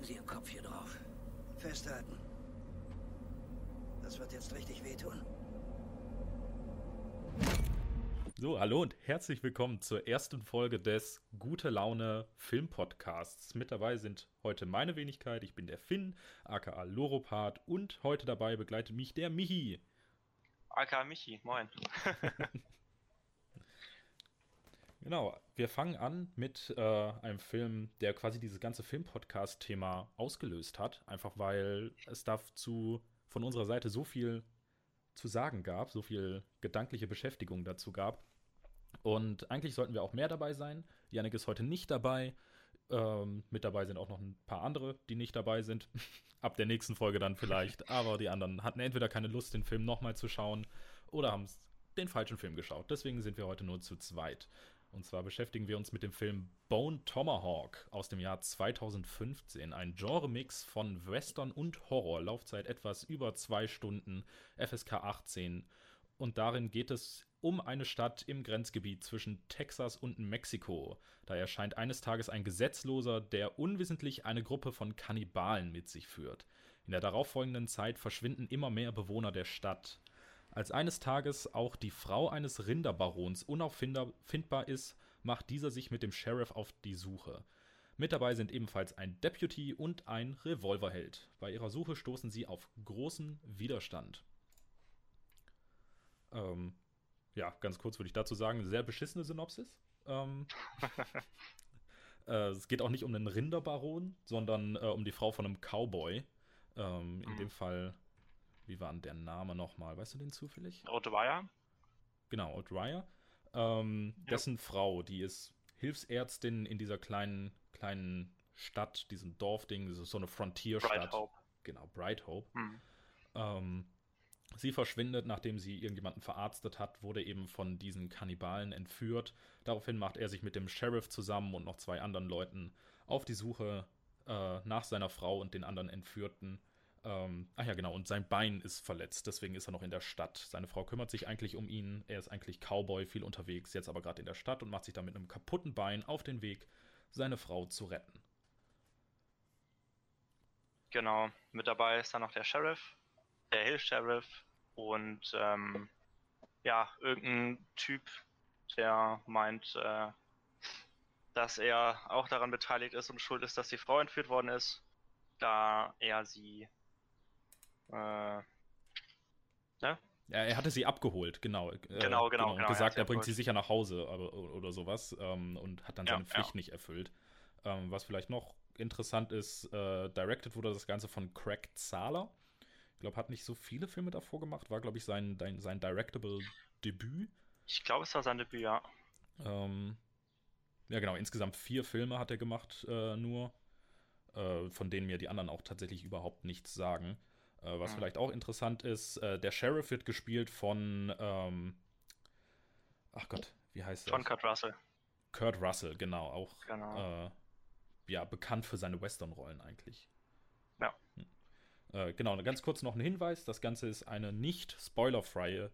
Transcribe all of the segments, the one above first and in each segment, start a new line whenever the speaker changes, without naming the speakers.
Sie Ihren Kopf hier drauf. Festhalten. Das wird jetzt richtig wehtun.
So, hallo und herzlich willkommen zur ersten Folge des Gute Laune Film-Podcasts. Mit dabei sind heute meine Wenigkeit, ich bin der Finn, aka Loropat, und heute dabei begleitet mich der Michi.
aka Michi, moin.
Genau, wir fangen an mit einem Film, der quasi dieses ganze Film-Podcast-Thema ausgelöst hat. Einfach weil es dazu von unserer Seite so viel zu sagen gab, so viel gedankliche Beschäftigung dazu gab. Und eigentlich sollten wir auch mehr dabei sein. Yannick ist heute nicht dabei. Mit dabei sind auch noch ein paar andere, die nicht dabei sind. Ab der nächsten Folge dann vielleicht. Aber die anderen hatten entweder keine Lust, den Film nochmal zu schauen oder haben den falschen Film geschaut. Deswegen sind wir heute nur zu zweit. Und zwar beschäftigen wir uns mit dem Film Bone Tomahawk aus dem Jahr 2015. Ein Genre-Mix von Western und Horror. Laufzeit etwas über 2 Stunden, FSK 18. Und darin geht es um eine Stadt im Grenzgebiet zwischen Texas und Mexiko. Da erscheint eines Tages ein Gesetzloser, der unwissentlich eine Gruppe von Kannibalen mit sich führt. In der darauffolgenden Zeit verschwinden immer mehr Bewohner der Stadt. Als eines Tages auch die Frau eines Rinderbarons unauffindbar ist, macht dieser sich mit dem Sheriff auf die Suche. Mit dabei sind ebenfalls ein Deputy und ein Revolverheld. Bei ihrer Suche stoßen sie auf großen Widerstand. Ja, ganz kurz würde ich dazu sagen, sehr beschissene Synopsis. Es geht auch nicht um einen Rinderbaron, sondern um die Frau von einem Cowboy. In dem Fall, wie war denn der Name nochmal? Weißt du den zufällig?
O'Dwyer?
Genau, O'Dwyer. Dessen Frau, die ist Hilfsärztin in dieser kleinen Stadt, diesem Dorfding, so eine Frontierstadt.
Bright Hope.
Genau, Bright Hope. Sie verschwindet, nachdem sie irgendjemanden verarztet hat, wurde eben von diesen Kannibalen entführt. Daraufhin macht er sich mit dem Sheriff zusammen und noch 2 anderen Leuten auf die Suche nach seiner Frau und den anderen Entführten. Ach ja, genau, und sein Bein ist verletzt, deswegen ist er noch in der Stadt. Seine Frau kümmert sich eigentlich um ihn, er ist eigentlich Cowboy, viel unterwegs, jetzt aber gerade in der Stadt und macht sich dann mit einem kaputten Bein auf den Weg, seine Frau zu retten.
Genau, mit dabei ist dann noch der Sheriff, der Hill-Sheriff und ja, irgendein Typ, der meint, dass er auch daran beteiligt ist und schuld ist, dass die Frau entführt worden ist, da er sie ne?
Ja, er hatte sie abgeholt, genau.
Genau,
Und gesagt, er bringt
abgeholt.
sie sicher nach Hause oder sowas und hat dann seine Pflicht nicht erfüllt. Was vielleicht noch interessant ist, directed wurde das Ganze von Craig Zahler. Ich glaube, hat nicht so viele Filme davor gemacht, war, glaube ich, sein directable Debüt.
Ich glaube, es war sein Debüt, ja.
Ja, genau, insgesamt 4 Filme hat er gemacht, nur. Von denen mir die anderen auch tatsächlich überhaupt nichts sagen. Was vielleicht auch interessant ist, der Sheriff wird gespielt von, ach Gott, wie heißt er?
Von Kurt Russell.
Kurt Russell, genau, auch
Genau.
ja, bekannt für seine Western-Rollen eigentlich.
Ja.
Genau, ganz kurz noch ein Hinweis, das Ganze ist eine nicht spoilerfreie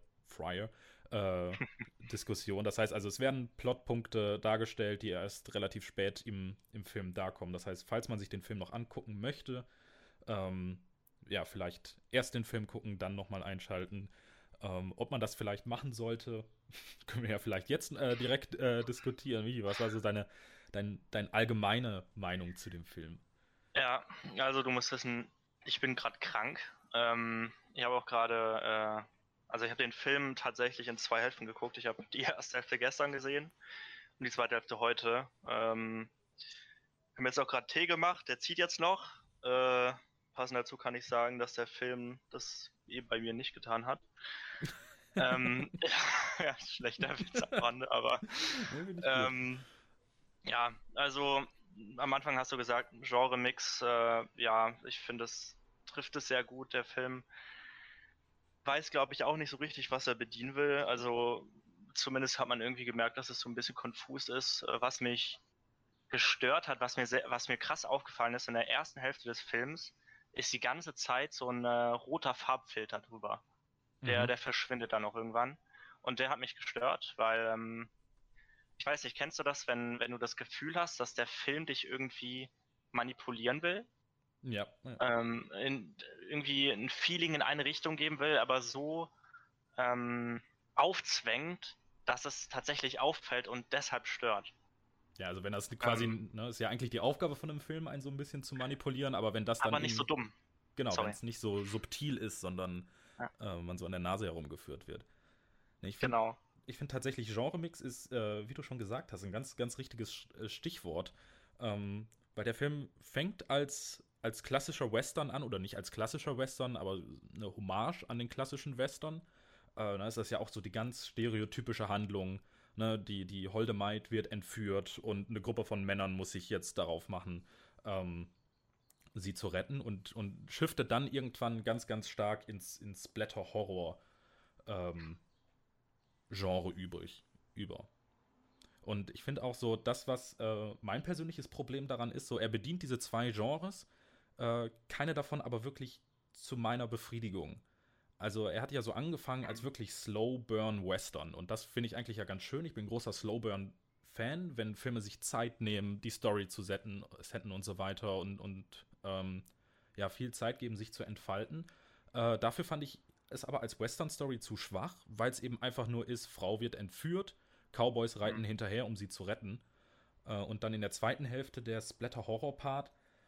Diskussion. Das heißt also, es werden Plotpunkte dargestellt, die erst relativ spät im Film darkommen. Das heißt, falls man sich den Film noch angucken möchte, ja, vielleicht erst den Film gucken, dann nochmal einschalten. Ob man das vielleicht machen sollte, können wir ja vielleicht jetzt direkt diskutieren. Michi, was war so deine allgemeine Meinung zu dem Film?
Ja, also du musst wissen, ich bin gerade krank. Ich habe auch gerade, also ich habe den Film tatsächlich in 2 Hälften geguckt. Ich habe die erste Hälfte gestern gesehen und die zweite Hälfte heute. Haben jetzt auch gerade Tee gemacht, der zieht jetzt noch. Passend dazu kann ich sagen, dass der Film das eben bei mir nicht getan hat. Ja, schlechter Witz am Rande, aber ja, also am Anfang hast du gesagt, Genre-Mix, ja, ich finde, es trifft es sehr gut, der Film. Weiß, glaube ich, auch nicht so richtig, was er bedienen will. Also zumindest hat man irgendwie gemerkt, dass es so ein bisschen konfus ist. Was mich gestört hat, was mir krass aufgefallen ist in der ersten Hälfte des Films, ist die ganze Zeit so ein roter Farbfilter drüber. Der verschwindet dann auch irgendwann. Und der hat mich gestört, weil ich weiß nicht, kennst du das, wenn du das Gefühl hast, dass der Film dich irgendwie manipulieren will?
Ja, ja.
Irgendwie ein Feeling in eine Richtung geben will, aber so aufzwängt, dass es tatsächlich auffällt und deshalb stört.
Ja, also wenn das quasi,
Ähm,
ne, ist ja eigentlich die Aufgabe von einem Film, einen so ein bisschen zu manipulieren, aber wenn das dann
aber nicht so
eben,
dumm.
genau, wenn
Sorry.
es nicht so subtil ist, sondern
Ja,
man so an der Nase herumgeführt wird. Ne,
genau.
ich find tatsächlich, Genremix ist, wie du schon gesagt hast, ein ganz, ganz richtiges Stichwort. Weil der Film fängt als klassischer Western an, oder nicht als klassischer Western, aber eine Hommage an den klassischen Western. Da ist das ja auch so die ganz stereotypische Handlung. Ne? Die holde Maid wird entführt und eine Gruppe von Männern muss sich jetzt darauf machen, ähm, sie zu retten und shiftet dann irgendwann ganz, ganz stark ins Splatter-Horror. Ähm, Genre über. Und ich finde auch so, das, was mein persönliches Problem daran ist, so, er bedient diese zwei Genres, keine davon aber wirklich zu meiner Befriedigung. Also er hat ja so angefangen als wirklich Slow Burn Western und das finde ich eigentlich ja ganz schön. Ich bin großer Slow Burn Fan, wenn Filme sich Zeit nehmen, die Story zu setten und so weiter und ja, viel Zeit geben, sich zu entfalten. Dafür fand ich es aber als Western-Story zu schwach, weil es eben einfach nur ist, Frau wird entführt, Cowboys reiten
Mhm.
hinterher, um sie zu retten. Und dann in der zweiten Hälfte der Splatter-Horror-Part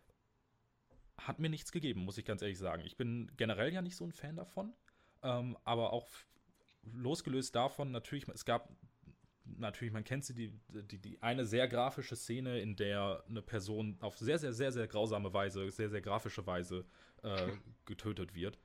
hat mir nichts gegeben, muss ich ganz ehrlich sagen. Ich bin generell ja nicht so ein Fan davon. Aber auch losgelöst davon, natürlich, es gab natürlich, man kennt sie, die eine sehr grafische Szene, in der eine Person auf sehr, sehr, sehr, sehr grausame Weise, sehr, sehr grafische Weise getötet wird.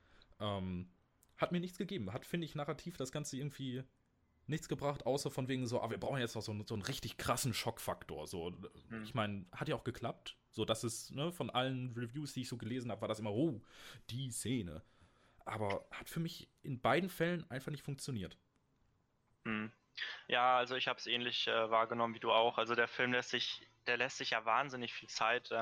Hat mir nichts gegeben. Hat, finde ich, narrativ das Ganze irgendwie nichts gebracht, außer von wegen so, wir brauchen jetzt noch so einen richtig krassen Schockfaktor. So,
Mhm.
ich meine, hat ja auch geklappt. So, dass es, ne, von allen Reviews, die ich so gelesen habe, war das immer, oh, die Szene. Aber hat für mich in beiden Fällen einfach nicht funktioniert.
Mhm. Ja, also ich habe es ähnlich wahrgenommen wie du auch. Also der lässt sich ja wahnsinnig viel Zeit.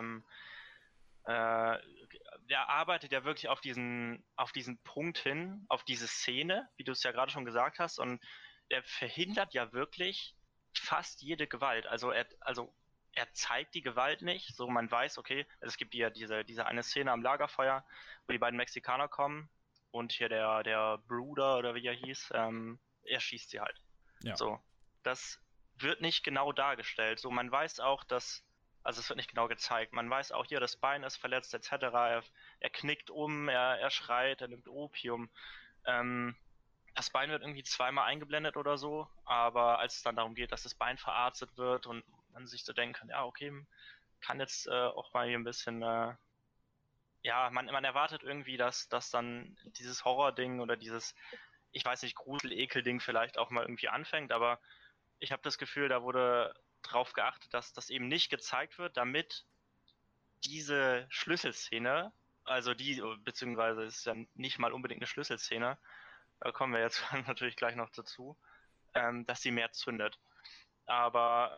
Äh, Der arbeitet ja wirklich auf diesen Punkt hin, auf diese Szene, wie du es ja gerade schon gesagt hast, und er verhindert ja wirklich fast jede Gewalt. Also er zeigt die Gewalt nicht, so man weiß, okay, es gibt ja diese eine Szene am Lagerfeuer, wo die beiden Mexikaner kommen und hier der Bruder oder wie er hieß, er schießt sie halt.
Ja,
So, das wird nicht genau dargestellt. So, man weiß auch, also es wird nicht genau gezeigt. Man weiß auch hier, das Bein ist verletzt, etc. Er knickt um, er schreit, er nimmt Opium. Ähm, Das Bein wird irgendwie zweimal eingeblendet oder so, aber als es dann darum geht, dass das Bein verarztet wird und man sich so denken kann, ja, okay, kann jetzt auch mal hier ein bisschen, ja, man erwartet irgendwie, dass dann dieses Horror-Ding oder dieses, ich weiß nicht, Grusel-Ekel-Ding vielleicht auch mal irgendwie anfängt, aber ich habe das Gefühl, da wurde drauf geachtet, dass das eben nicht gezeigt wird, damit diese Schlüsselszene, also die, beziehungsweise ist ja nicht mal unbedingt eine Schlüsselszene, da kommen wir jetzt natürlich gleich noch dazu, dass sie mehr zündet. Aber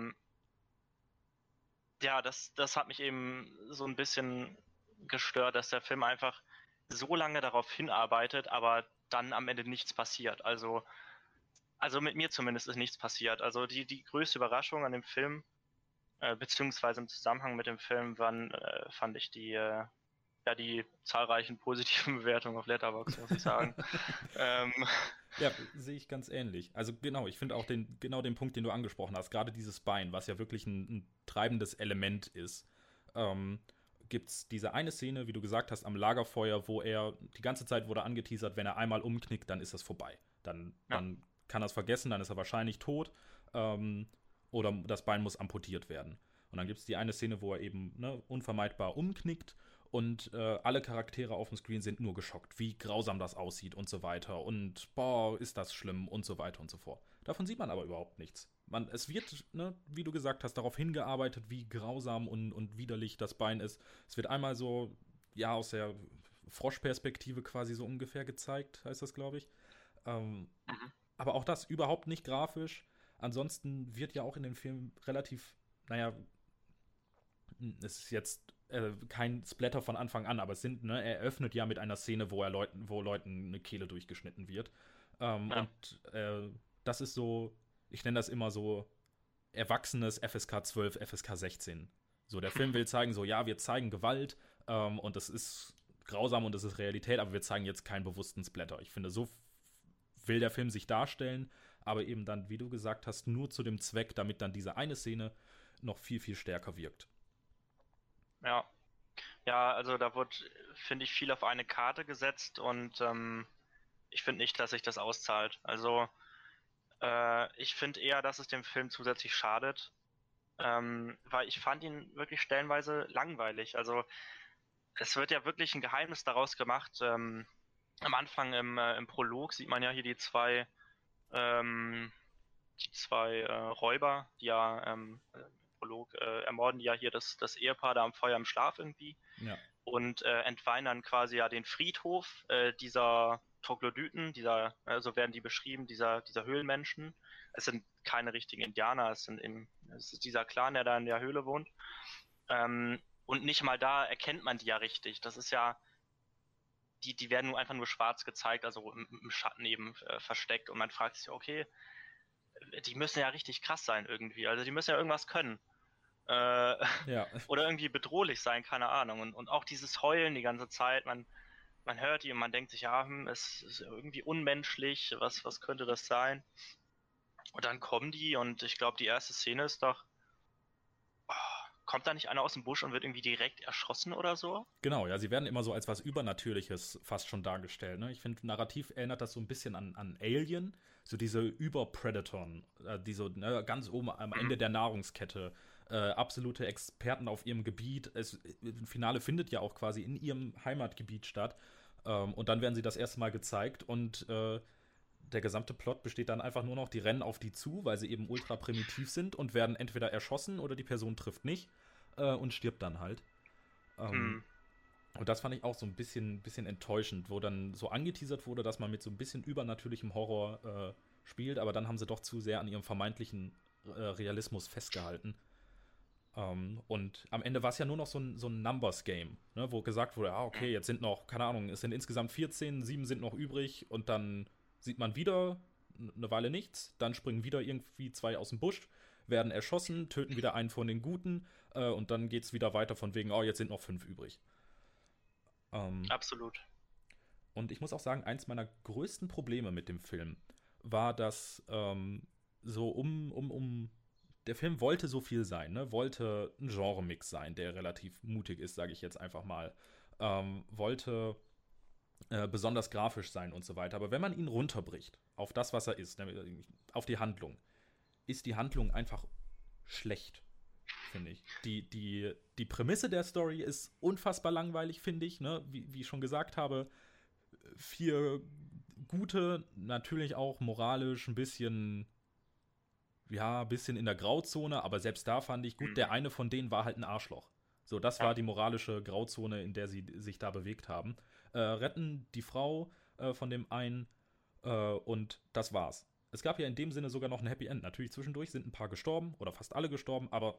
ja, das hat mich eben so ein bisschen gestört, dass der Film einfach so lange darauf hinarbeitet, aber dann am Ende nichts passiert. Also mit mir zumindest ist nichts passiert. Also die größte Überraschung an dem Film, beziehungsweise im Zusammenhang mit dem Film, fand ich ja, die zahlreichen positiven Bewertungen auf Letterboxd, muss ich sagen. Ähm,
ja, sehe ich ganz ähnlich. Also genau, ich finde auch genau den Punkt, den du angesprochen hast, gerade dieses Bein, was ja wirklich ein treibendes Element ist. Ähm, Gibt es diese eine Szene, wie du gesagt hast, am Lagerfeuer, wo er die ganze Zeit wurde angeteasert, wenn er einmal umknickt, dann ist das vorbei.
ja.
Dann kann er es vergessen, dann ist er wahrscheinlich tot. Ähm, oder das Bein muss amputiert werden. Und dann gibt es die eine Szene, wo er eben unvermeidbar umknickt und alle Charaktere auf dem Screen sind nur geschockt, wie grausam das aussieht und so weiter. Und boah, ist das schlimm und so weiter und so fort. Davon sieht man aber überhaupt nichts. Es wird, ne, wie du gesagt hast, darauf hingearbeitet, wie grausam und widerlich das Bein ist. Es wird einmal so, ja, aus der Froschperspektive quasi so ungefähr gezeigt, heißt das, glaube ich. Ähm,
Mhm.
aber auch das überhaupt nicht grafisch. Ansonsten wird ja auch in dem Film relativ, naja, es ist jetzt kein Splatter von Anfang an, aber er öffnet ja mit einer Szene, wo Leuten eine Kehle durchgeschnitten wird.
Ja.
Das ist so, ich nenne das immer so erwachsenes FSK 12, FSK 16 So, der Film will zeigen, so, ja, wir zeigen Gewalt und das ist grausam und das ist Realität, aber wir zeigen jetzt keinen bewussten Splatter. Ich finde, so will der Film sich darstellen, aber eben dann, wie du gesagt hast, nur zu dem Zweck, damit dann diese eine Szene noch viel, viel stärker wirkt.
Ja. Ja, also da wird, finde ich, viel auf eine Karte gesetzt und ich finde nicht, dass sich das auszahlt. Also ich finde eher, dass es dem Film zusätzlich schadet, weil ich fand ihn wirklich stellenweise langweilig. Also es wird ja wirklich ein Geheimnis daraus gemacht. Am Anfang im Prolog sieht man ja hier die zwei Räuber, die ja im Prolog ermorden ja hier das Ehepaar da am Feuer im Schlaf irgendwie
Ja.
und entweihen dann quasi ja den Friedhof dieser Troglodyten, so werden die beschrieben, dieser Höhlenmenschen. Es sind keine richtigen Indianer, es ist dieser Clan, der da in der Höhle wohnt. Und nicht mal da erkennt man die ja richtig. Das ist ja, die werden nur einfach nur schwarz gezeigt, also im Schatten eben versteckt. Und man fragt sich, okay, die müssen ja richtig krass sein irgendwie. Also die müssen ja irgendwas können.
Ja.
Oder irgendwie bedrohlich sein, keine Ahnung. Und auch dieses Heulen die ganze Zeit, man hört die und man denkt sich, ja, es ist irgendwie unmenschlich, was könnte das sein? Und dann kommen die und ich glaube, die erste Szene ist doch, kommt da nicht einer aus dem Busch und wird irgendwie direkt erschossen oder so?
Genau, ja, sie werden immer so als was Übernatürliches fast schon dargestellt. Ne? Ich finde, narrativ erinnert das so ein bisschen an Alien, so diese Überpredatoren, die so ganz oben am Ende der Nahrungskette, absolute Experten auf ihrem Gebiet. Im Finale findet ja auch quasi in ihrem Heimatgebiet statt. Und dann werden sie das erste Mal gezeigt und der gesamte Plot besteht dann einfach nur noch, die rennen auf die zu, weil sie eben ultra primitiv sind und werden entweder erschossen oder die Person trifft nicht und stirbt dann halt. Und das fand ich auch so ein bisschen enttäuschend, wo dann so angeteasert wurde, dass man mit so ein bisschen übernatürlichem Horror spielt, aber dann haben sie doch zu sehr an ihrem vermeintlichen Realismus festgehalten. Und am Ende war es ja nur noch so ein Numbers-Game, ne, wo gesagt wurde, okay, jetzt sind noch, keine Ahnung, es sind insgesamt 14, 7 sind noch übrig und dann sieht man wieder eine Weile nichts, dann springen wieder irgendwie 2 aus dem Busch, werden erschossen, töten wieder einen von den Guten und dann geht's wieder weiter von wegen, jetzt sind noch 5 übrig.
Absolut.
Und ich muss auch sagen, eins meiner größten Probleme mit dem Film war, dass der Film wollte so viel sein, ne? Wollte ein Genre-Mix sein, der relativ mutig ist, sage ich jetzt einfach mal. Wollte besonders grafisch sein und so weiter. Aber wenn man ihn runterbricht auf das, was er ist, auf die Handlung, ist die Handlung einfach schlecht, finde ich. Die Prämisse der Story ist unfassbar langweilig, finde ich. Ne? Wie ich schon gesagt habe, 4 gute, natürlich auch moralisch ein bisschen in der Grauzone, aber selbst da fand ich, gut, der eine von denen war halt ein Arschloch. So, das war die moralische Grauzone, in der sie sich da bewegt haben. Retten die Frau von dem einen und das war's. Es gab ja in dem Sinne sogar noch ein Happy End. Natürlich zwischendurch sind ein paar gestorben oder fast alle gestorben, aber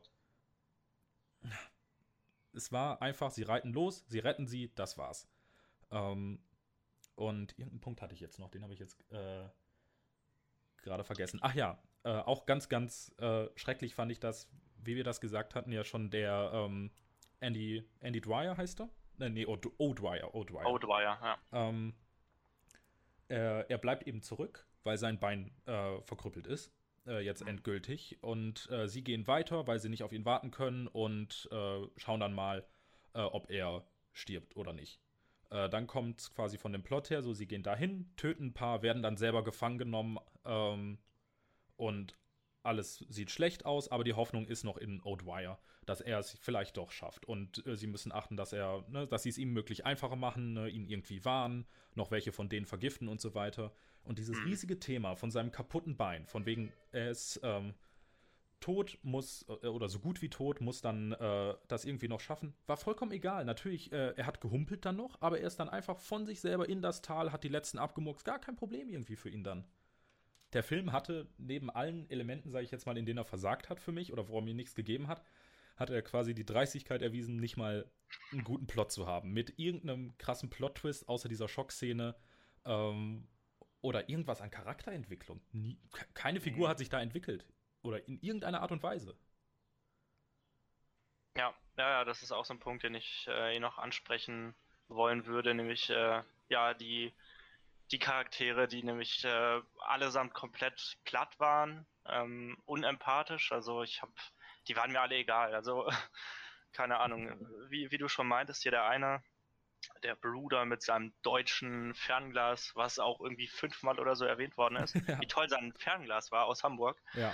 es war einfach, sie reiten los, sie retten sie, das war's. Und irgendeinen Punkt hatte ich jetzt noch, den habe ich jetzt gerade vergessen. Ach ja, auch ganz, ganz schrecklich fand ich das, wie wir das gesagt hatten, ja schon der Andy Dwyer heißt er? Nee, O'Dwyer.
O'Dwyer, ja.
Er bleibt eben zurück, weil sein Bein verkrüppelt ist, jetzt endgültig. Und sie gehen weiter, weil sie nicht auf ihn warten können und schauen dann mal, ob er stirbt oder nicht. Dann kommt es quasi von dem Plot her, so sie gehen dahin, töten ein paar, werden dann selber gefangen genommen und alles sieht schlecht aus, aber die Hoffnung ist noch in O'Dwyer, dass er es vielleicht doch schafft. Und sie müssen achten, dass dass sie es ihm möglich einfacher machen, ne, ihn irgendwie warnen, noch welche von denen vergiften und so weiter. Und dieses riesige Thema von seinem kaputten Bein, von wegen, er ist tot, muss, oder so gut wie tot, muss dann das irgendwie noch schaffen, war vollkommen egal. Natürlich, er hat gehumpelt dann noch, aber er ist dann einfach von sich selber in das Tal, hat die letzten abgemurkst, gar kein Problem irgendwie für ihn dann. Der Film hatte neben allen Elementen, sage ich jetzt mal, in denen er versagt hat für mich oder wo er mir nichts gegeben hat, hat er quasi die Dreistigkeit erwiesen, nicht mal einen guten Plot zu haben. Mit irgendeinem krassen Plot-Twist, außer dieser Schockszene, oder irgendwas an Charakterentwicklung. Keine Figur hat sich da entwickelt. Oder in irgendeiner Art und Weise.
Ja, das ist auch so ein Punkt, den ich hier noch ansprechen wollen würde, nämlich ja, die Charaktere, die nämlich allesamt komplett platt waren, unempathisch. Also die waren mir alle egal. Also keine Ahnung, wie du schon meintest, hier der eine, der Bruder mit seinem deutschen Fernglas, was auch irgendwie 5-mal oder so erwähnt worden ist,
Ja.
wie toll sein Fernglas war aus Hamburg,
Ja.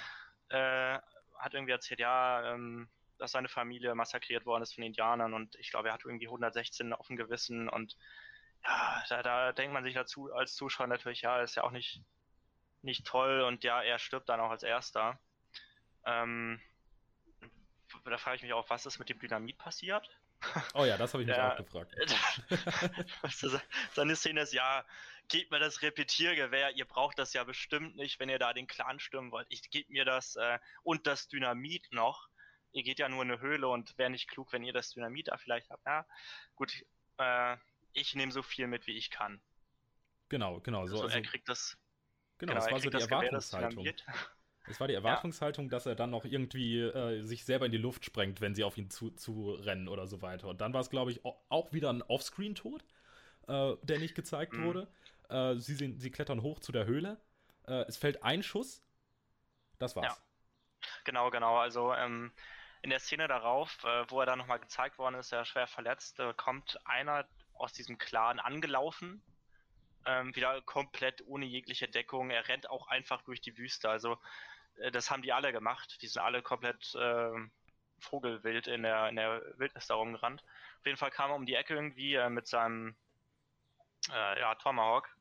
hat irgendwie erzählt, ja, dass seine Familie massakriert worden ist von Indianern und ich glaube, er hat irgendwie 116 auf dem Gewissen und ja, da denkt man sich dazu als Zuschauer natürlich, ja, ist ja auch nicht toll und ja, er stirbt dann auch als Erster. Ähm, Da frage ich mich auch, was ist mit dem Dynamit passiert?
Oh ja, das habe ich mich auch
Der,
gefragt.
weißt du, seine Szene ist, ja, gebt mir das Repetiergewehr, ihr braucht das ja bestimmt nicht, wenn ihr da den Clan stürmen wollt. Ich gebe mir das und das Dynamit noch. Ihr geht ja nur in eine Höhle und wäre nicht klug, wenn ihr das Dynamit da vielleicht habt. Ja, gut, äh, ich nehme so viel mit, wie ich kann.
Genau,
Also er kriegt das,
genau,
genau,
es
er
war so
kriegt
die
das Gewehr, das
Erwartungshaltung.
Dynamit.
Es war die
Ja,
Erwartungshaltung, dass er dann noch irgendwie sich selber in die Luft sprengt, wenn sie auf ihn zu rennen oder so weiter. Und dann war es, glaube ich, auch wieder ein Offscreen-Tod, der nicht gezeigt
mm,
wurde. Sie klettern hoch zu der Höhle. Es fällt ein Schuss. Das
ja,
war's.
genau. Also in der Szene darauf, wo er dann nochmal gezeigt worden ist, er schwer verletzt, kommt einer aus diesem Clan angelaufen, wieder komplett ohne jegliche Deckung. Er rennt auch einfach durch die Wüste. Also das haben die alle gemacht. Die sind alle komplett vogelwild in der Wildnis da rumgerannt. Auf jeden Fall kam er um die Ecke irgendwie mit seinem ja, Tomahawk.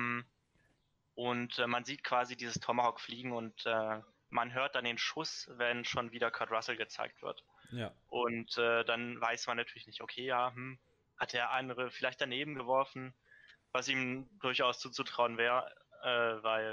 Und man sieht quasi dieses Tomahawk fliegen und man hört dann den Schuss, wenn schon wieder Kurt Russell gezeigt wird.
Ja.
Und dann weiß man natürlich nicht, okay, ja, hat der andere vielleicht daneben geworfen, was ihm durchaus zuzutrauen wäre, weil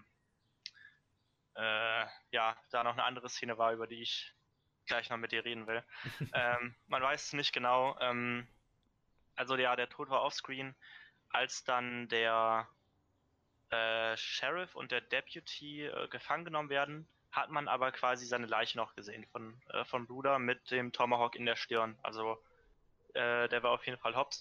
ja, da noch eine andere Szene war, über die ich gleich noch mit dir reden will. Man weiß es nicht genau. Also ja, der Tod war offscreen, als dann der Sheriff und der Deputy gefangen genommen werden, hat man aber quasi seine Leiche noch gesehen von Bruder mit dem Tomahawk in der Stirn. Also der war auf jeden Fall hops.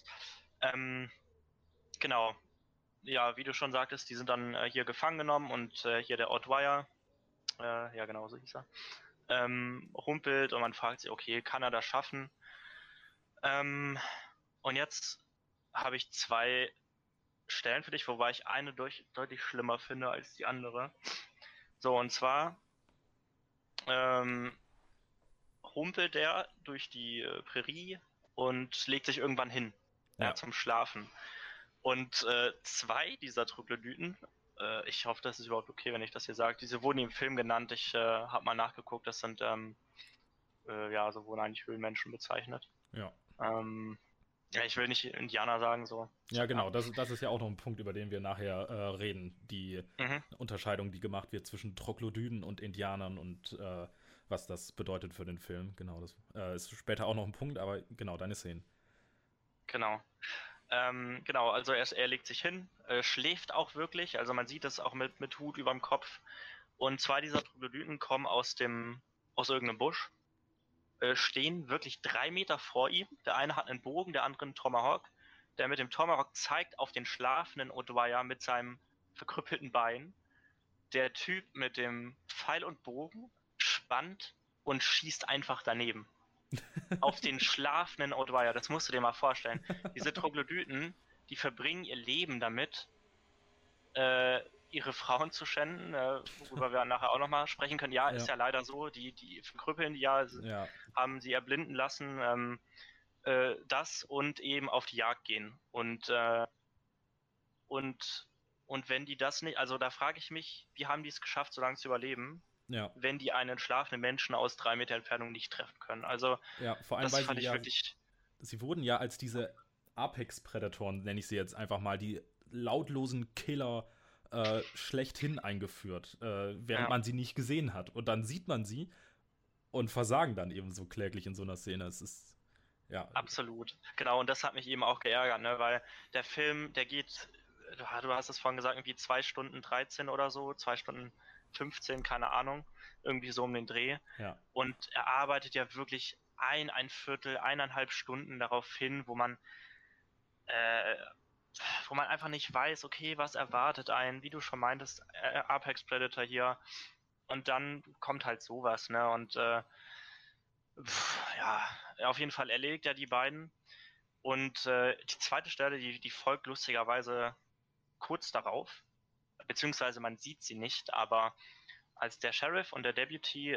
Genau. Ja, wie du schon sagtest, die sind dann hier gefangen genommen und hier der Ottweier, ja genau so hieß er, humpelt und man fragt sich, okay, kann er das schaffen? Ähm, und jetzt habe ich zwei Stellen für dich, wobei ich eine deutlich schlimmer finde als die andere. So, und zwar ähm, humpelt er durch die Prärie und legt sich irgendwann hin
Ja.
zum Schlafen. Und zwei dieser Troglodyten, ich hoffe, das ist überhaupt okay, wenn ich das hier sage, diese wurden im Film genannt, ich habe mal nachgeguckt, das sind, ja, so wurden eigentlich Höhlenmenschen bezeichnet.
Ja.
Ja, ich will nicht Indianer sagen, so.
Ja, genau.
Ja.
Das ist ja auch noch ein Punkt, über den wir nachher reden. Die
Mhm.
Unterscheidung, die gemacht wird zwischen Troglodyten und Indianern und was das bedeutet für den Film. Genau, das ist später auch noch ein Punkt, aber genau, deine Szenen.
Genau. Genau, also er legt sich hin, schläft auch wirklich, also man sieht es auch mit Hut überm Kopf. Und zwei dieser Troglodyten kommen aus irgendeinem Busch, stehen wirklich 3 Meter vor ihm. Der eine hat einen Bogen, der andere einen Tomahawk. Der mit dem Tomahawk zeigt auf den schlafenden Ottweier mit seinem verkrüppelten Bein. Der Typ mit dem Pfeil und Bogen spannt und schießt einfach daneben. Auf den schlafenden Ottweier, das musst du dir mal vorstellen. Diese Troglodyten, die verbringen ihr Leben damit, ihre Frauen zu schänden, worüber wir nachher auch nochmal sprechen können. Ja, ist
Ja.
ja leider so, die verkrüppeln die ja,
Ja.
haben sie erblinden lassen, das und eben auf die Jagd gehen. Und, und wenn die das nicht, also da frage ich mich, wie haben die es geschafft, so lange zu überleben,
Ja.
wenn die einen schlafenden Menschen aus 3 Meter Entfernung nicht treffen können. Also
Ja, vor allem,
das
weil
fand
sie
ich
ja,
wirklich,
sie wurden ja als diese Apex-Prädatoren, nenne ich sie jetzt einfach mal, die lautlosen Killer schlechthin eingeführt, während
ja.
man sie nicht gesehen hat. Und dann sieht man sie und versagen dann eben so kläglich in so einer Szene. Es ist, ja.
Absolut. Genau, und das hat mich eben auch geärgert, ne? Weil der Film, der geht, du hast es vorhin gesagt, irgendwie 2 Stunden 13 oder so, 2 Stunden 15, keine Ahnung, irgendwie so um den Dreh.
Ja.
Und er arbeitet ja wirklich ein Viertel, 1,5 Stunden darauf hin, äh, wo man einfach nicht weiß, okay, was erwartet einen, wie du schon meintest, Apex Predator hier. Und dann kommt halt sowas, ne? Und ja, auf jeden Fall erlegt er die beiden. Und die zweite Stelle, die folgt lustigerweise kurz darauf, beziehungsweise man sieht sie nicht, aber als der Sheriff und der Deputy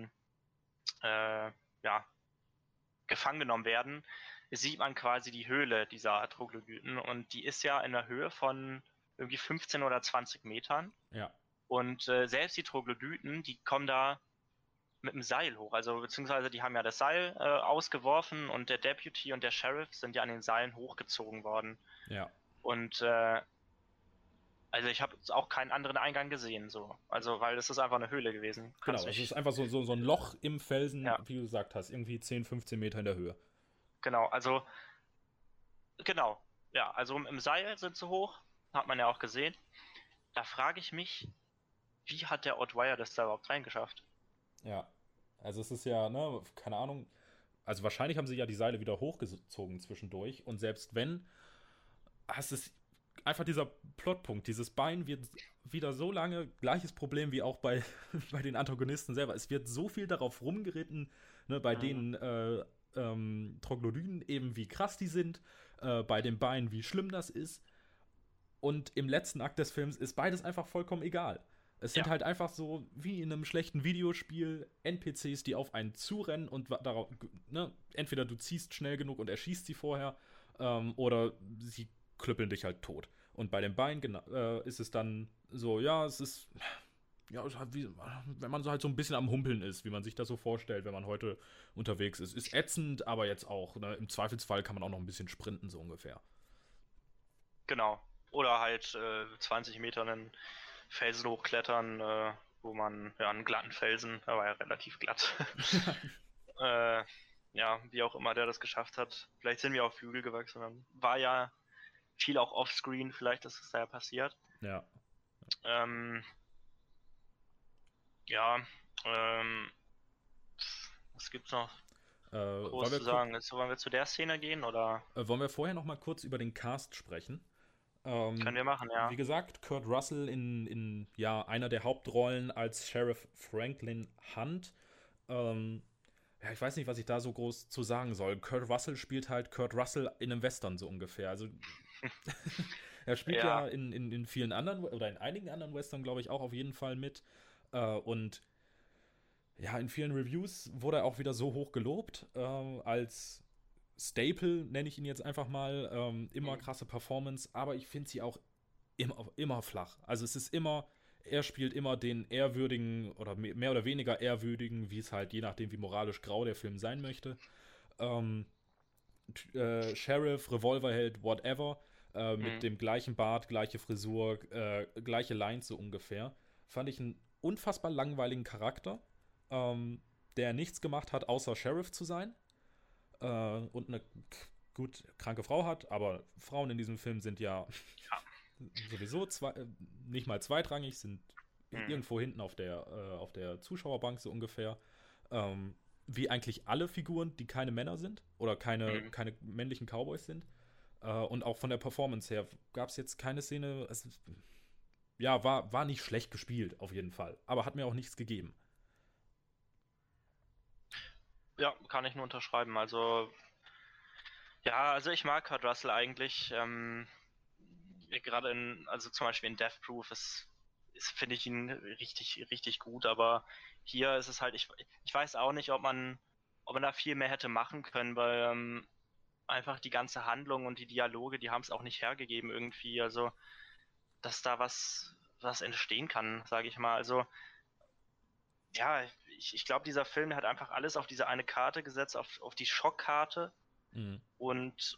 ja, gefangen genommen werden, sieht man quasi die Höhle dieser Troglodyten und die ist ja in der Höhe von irgendwie 15 oder 20 Metern.
Ja.
Und selbst die Troglodyten, die kommen da mit dem Seil hoch. Also beziehungsweise die haben ja das Seil ausgeworfen und der Deputy und der Sheriff sind ja an den Seilen hochgezogen worden.
Ja.
Und also ich habe auch keinen anderen Eingang gesehen, so. Also, weil es ist einfach eine Höhle gewesen.
Genau, es ist einfach so ein Loch im Felsen,
Ja.
wie du gesagt hast, irgendwie 10, 15 Meter in der Höhe.
Genau, also, genau. Ja, also im Seil sind sie hoch, hat man ja auch gesehen. Da frage ich mich, wie hat der Odd Wireless da überhaupt reingeschafft?
Ja. Also es ist ja, ne, keine Ahnung. Also wahrscheinlich haben sie ja die Seile wieder hochgezogen zwischendurch. Und selbst wenn, es ist einfach dieser Plotpunkt. Dieses Bein wird wieder so lange, gleiches Problem wie auch bei, bei den Antagonisten selber. Es wird so viel darauf rumgeritten, ne, bei den Troglodyten eben, wie krass die sind, bei den Beinen, wie schlimm das ist. Und im letzten Akt des Films ist beides einfach vollkommen egal. Es sind halt einfach so, wie in einem schlechten Videospiel, NPCs, die auf einen zurennen und darauf, ne, entweder du ziehst schnell genug und erschießt sie vorher, oder sie klüppeln dich halt tot. Und bei den Beinen ist es dann so, ja, es ist, ja, wie, wenn man so halt so ein bisschen am Humpeln ist, wie man sich das so vorstellt, wenn man heute unterwegs ist. Ist ätzend, aber jetzt auch, ne, im Zweifelsfall kann man auch noch ein bisschen sprinten, so ungefähr.
Genau. Oder halt 20 Meter einen Felsen hochklettern, wo man, ja, einen glatten Felsen, der war ja relativ glatt. Ja, wie auch immer der das geschafft hat. Vielleicht sind wir auf Hügel gewachsen. Dann war ja viel auch offscreen, vielleicht ist es da ja passiert.
Ja.
Ähm, ja, was gibt's noch groß zu sagen? Wollen wir zu der Szene gehen oder?
Wollen wir vorher noch mal kurz über den Cast sprechen?
Können wir machen, ja.
Wie gesagt, Kurt Russell in ja, einer der Hauptrollen als Sheriff Franklin Hunt. Ja, ich weiß nicht, was ich da so groß zu sagen soll. Kurt Russell spielt halt Kurt Russell in einem Western so ungefähr. Also er spielt ja, in vielen anderen oder in einigen anderen Western, glaube ich, auch auf jeden Fall mit. Und ja, in vielen Reviews wurde er auch wieder so hoch gelobt, als Staple, nenne ich ihn jetzt einfach mal. Immer krasse Performance, aber ich finde sie auch immer flach. Also es ist immer, er spielt immer den ehrwürdigen oder mehr oder weniger ehrwürdigen, wie es halt je nachdem, wie moralisch grau der Film sein möchte. Sheriff, Revolverheld, whatever, mit dem gleichen Bart, gleiche Frisur, gleiche Lines so ungefähr. Fand ich einen unfassbar langweiligen Charakter, der nichts gemacht hat, außer Sheriff zu sein. Und eine gut kranke Frau hat, aber Frauen in diesem Film sind ja sowieso nicht mal zweitrangig, sind irgendwo hinten auf der Zuschauerbank so ungefähr. Wie eigentlich alle Figuren, die keine Männer sind oder keine männlichen Cowboys sind. Und auch von der Performance her gab es jetzt keine Szene. Ja, war nicht schlecht gespielt, auf jeden Fall. Aber hat mir auch nichts gegeben.
Ja, kann ich nur unterschreiben. Also, ja, also ich mag Kurt Russell eigentlich. Gerade also zum Beispiel in Death Proof finde ich ihn richtig, richtig gut, aber hier ist es halt, ich weiß auch nicht, ob man da viel mehr hätte machen können, weil einfach die ganze Handlung und die Dialoge, die haben es auch nicht hergegeben irgendwie, also dass da was entstehen kann, sage ich mal. Also ja, ich glaube, dieser Film, der hat einfach alles auf diese eine Karte gesetzt, auf die Schockkarte und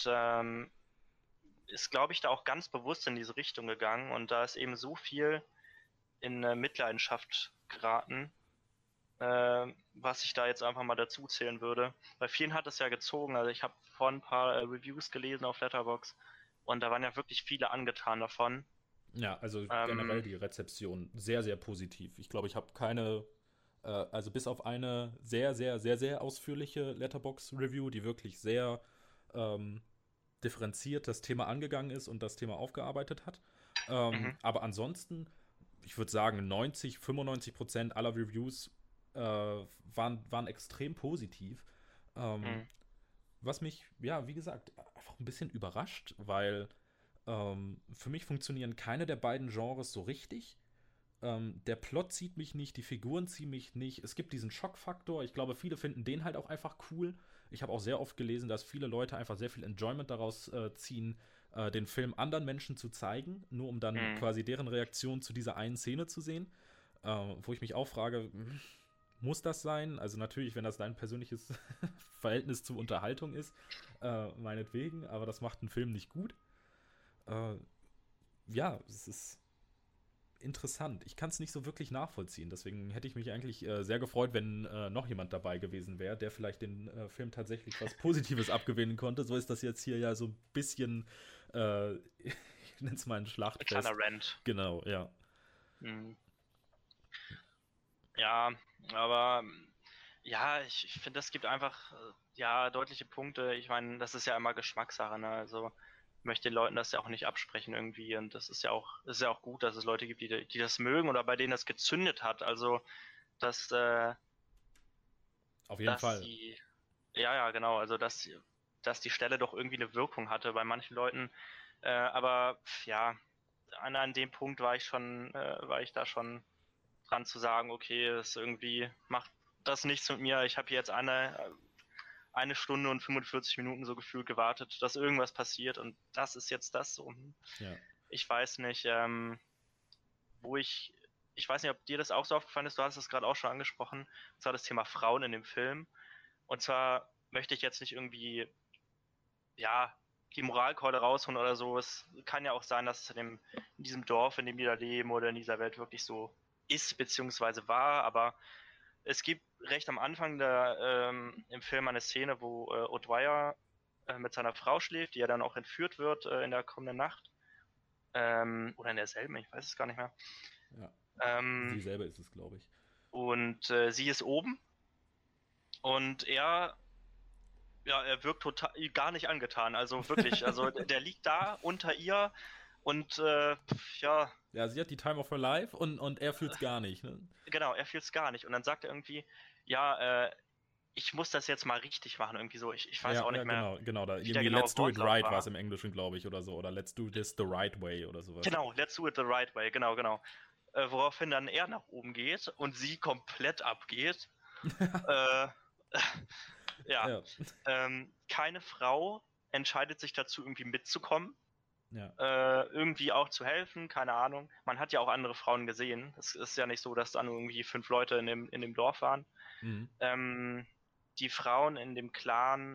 ist, glaube ich, da auch ganz bewusst in diese Richtung gegangen und da ist eben so viel in Mitleidenschaft geraten, was ich da jetzt einfach mal dazu zählen würde. Bei vielen hat es ja gezogen, also ich habe vorhin ein paar Reviews gelesen auf Letterboxd und da waren ja wirklich viele angetan davon.
Ja, also generell die Rezeption sehr, sehr positiv. Ich glaube, ich habe keine Also bis auf eine sehr, sehr, sehr, sehr ausführliche Letterboxd-Review, die wirklich sehr differenziert das Thema angegangen ist und das Thema aufgearbeitet hat.
Mhm.
Aber ansonsten, ich würde sagen, 95% aller Reviews waren extrem positiv. Ähm,
Mhm.
Was mich, ja, wie gesagt, einfach ein bisschen überrascht, weil für mich funktionieren keine der beiden Genres so richtig. Der Plot zieht mich nicht, die Figuren ziehen mich nicht. Es gibt diesen Schockfaktor. Ich glaube, viele finden den halt auch einfach cool. Ich habe auch sehr oft gelesen, dass viele Leute einfach sehr viel Enjoyment daraus ziehen, den Film anderen Menschen zu zeigen, nur um dann
Mhm.
quasi deren Reaktion zu dieser einen Szene zu sehen. Wo ich mich auch frage, muss das sein? Also natürlich, wenn das dein persönliches Verhältnis zur Unterhaltung ist, meinetwegen, aber das macht einen Film nicht gut. Äh, ja, es ist interessant. Ich kann es nicht so wirklich nachvollziehen. Deswegen hätte ich mich eigentlich sehr gefreut, wenn noch jemand dabei gewesen wäre, der vielleicht den Film tatsächlich was Positives abgewinnen konnte. So ist das jetzt hier ja so ein bisschen, ich nenne es mal ein
Ein kleiner
Schlachtfest.
Rant.
Genau, ja.
Mhm. Ja, aber ja, ich finde, das gibt einfach ja deutliche Punkte. Ich meine, das ist ja immer Geschmackssache, ne? Also ich möchte den Leuten das ja auch nicht absprechen irgendwie. Und das ist ja auch gut, dass es Leute gibt, die das mögen oder bei denen das gezündet hat. Also dass,
Auf jeden
dass
Fall.
die, ja, ja, genau, also dass die Stelle doch irgendwie eine Wirkung hatte bei manchen Leuten. Aber ja, an dem Punkt war ich da schon dran zu sagen, okay, das irgendwie macht das nichts mit mir. Ich habe jetzt eine Stunde und 45 Minuten so gefühlt gewartet, dass irgendwas passiert und das ist jetzt das so.
Ja.
Ich weiß nicht, wo ich weiß nicht, ob dir das auch so aufgefallen ist, du hast es gerade auch schon angesprochen, und zwar das Thema Frauen in dem Film. Und zwar möchte ich jetzt nicht irgendwie, ja, die Moralkeule rausholen oder so. Es kann ja auch sein, dass es in diesem Dorf, in dem die da leben oder in dieser Welt wirklich so ist, beziehungsweise war, aber es gibt recht am Anfang im Film eine Szene, wo O'Dwyer mit seiner Frau schläft, die ja dann auch entführt wird in der kommenden Nacht. Oder in derselben, ich weiß es gar nicht mehr.
Ja.
Ähm,
Sie selber ist es, glaube ich.
und sie ist oben und er wirkt total gar nicht angetan. Also wirklich, also der liegt da unter ihr und ja,
Ja, sie hat die Time of her Life und er fühlt's gar nicht. Ne?
genau, er fühlt es gar nicht. Und dann sagt er irgendwie, ja, ich muss das jetzt mal richtig machen, irgendwie so. Ich weiß
Ja,
auch
ja,
nicht mehr,
genau. Da
wie der
irgendwie
genaue
Let's do it
Wortlaut
right war es
war.
im Englischen, glaube ich, oder so. Oder Let's do this the right way oder sowas.
Genau, let's do it the right way, genau, genau. Woraufhin dann er nach oben geht und sie komplett abgeht. Äh, ja,
Ja,
keine Frau entscheidet sich dazu, irgendwie mitzukommen,
ja.
irgendwie auch zu helfen, keine Ahnung. Man hat ja auch andere Frauen gesehen. Es ist ja nicht so, dass da nur irgendwie 5 Leute in dem Dorf waren.
Mhm.
Ähm, die Frauen in dem Clan,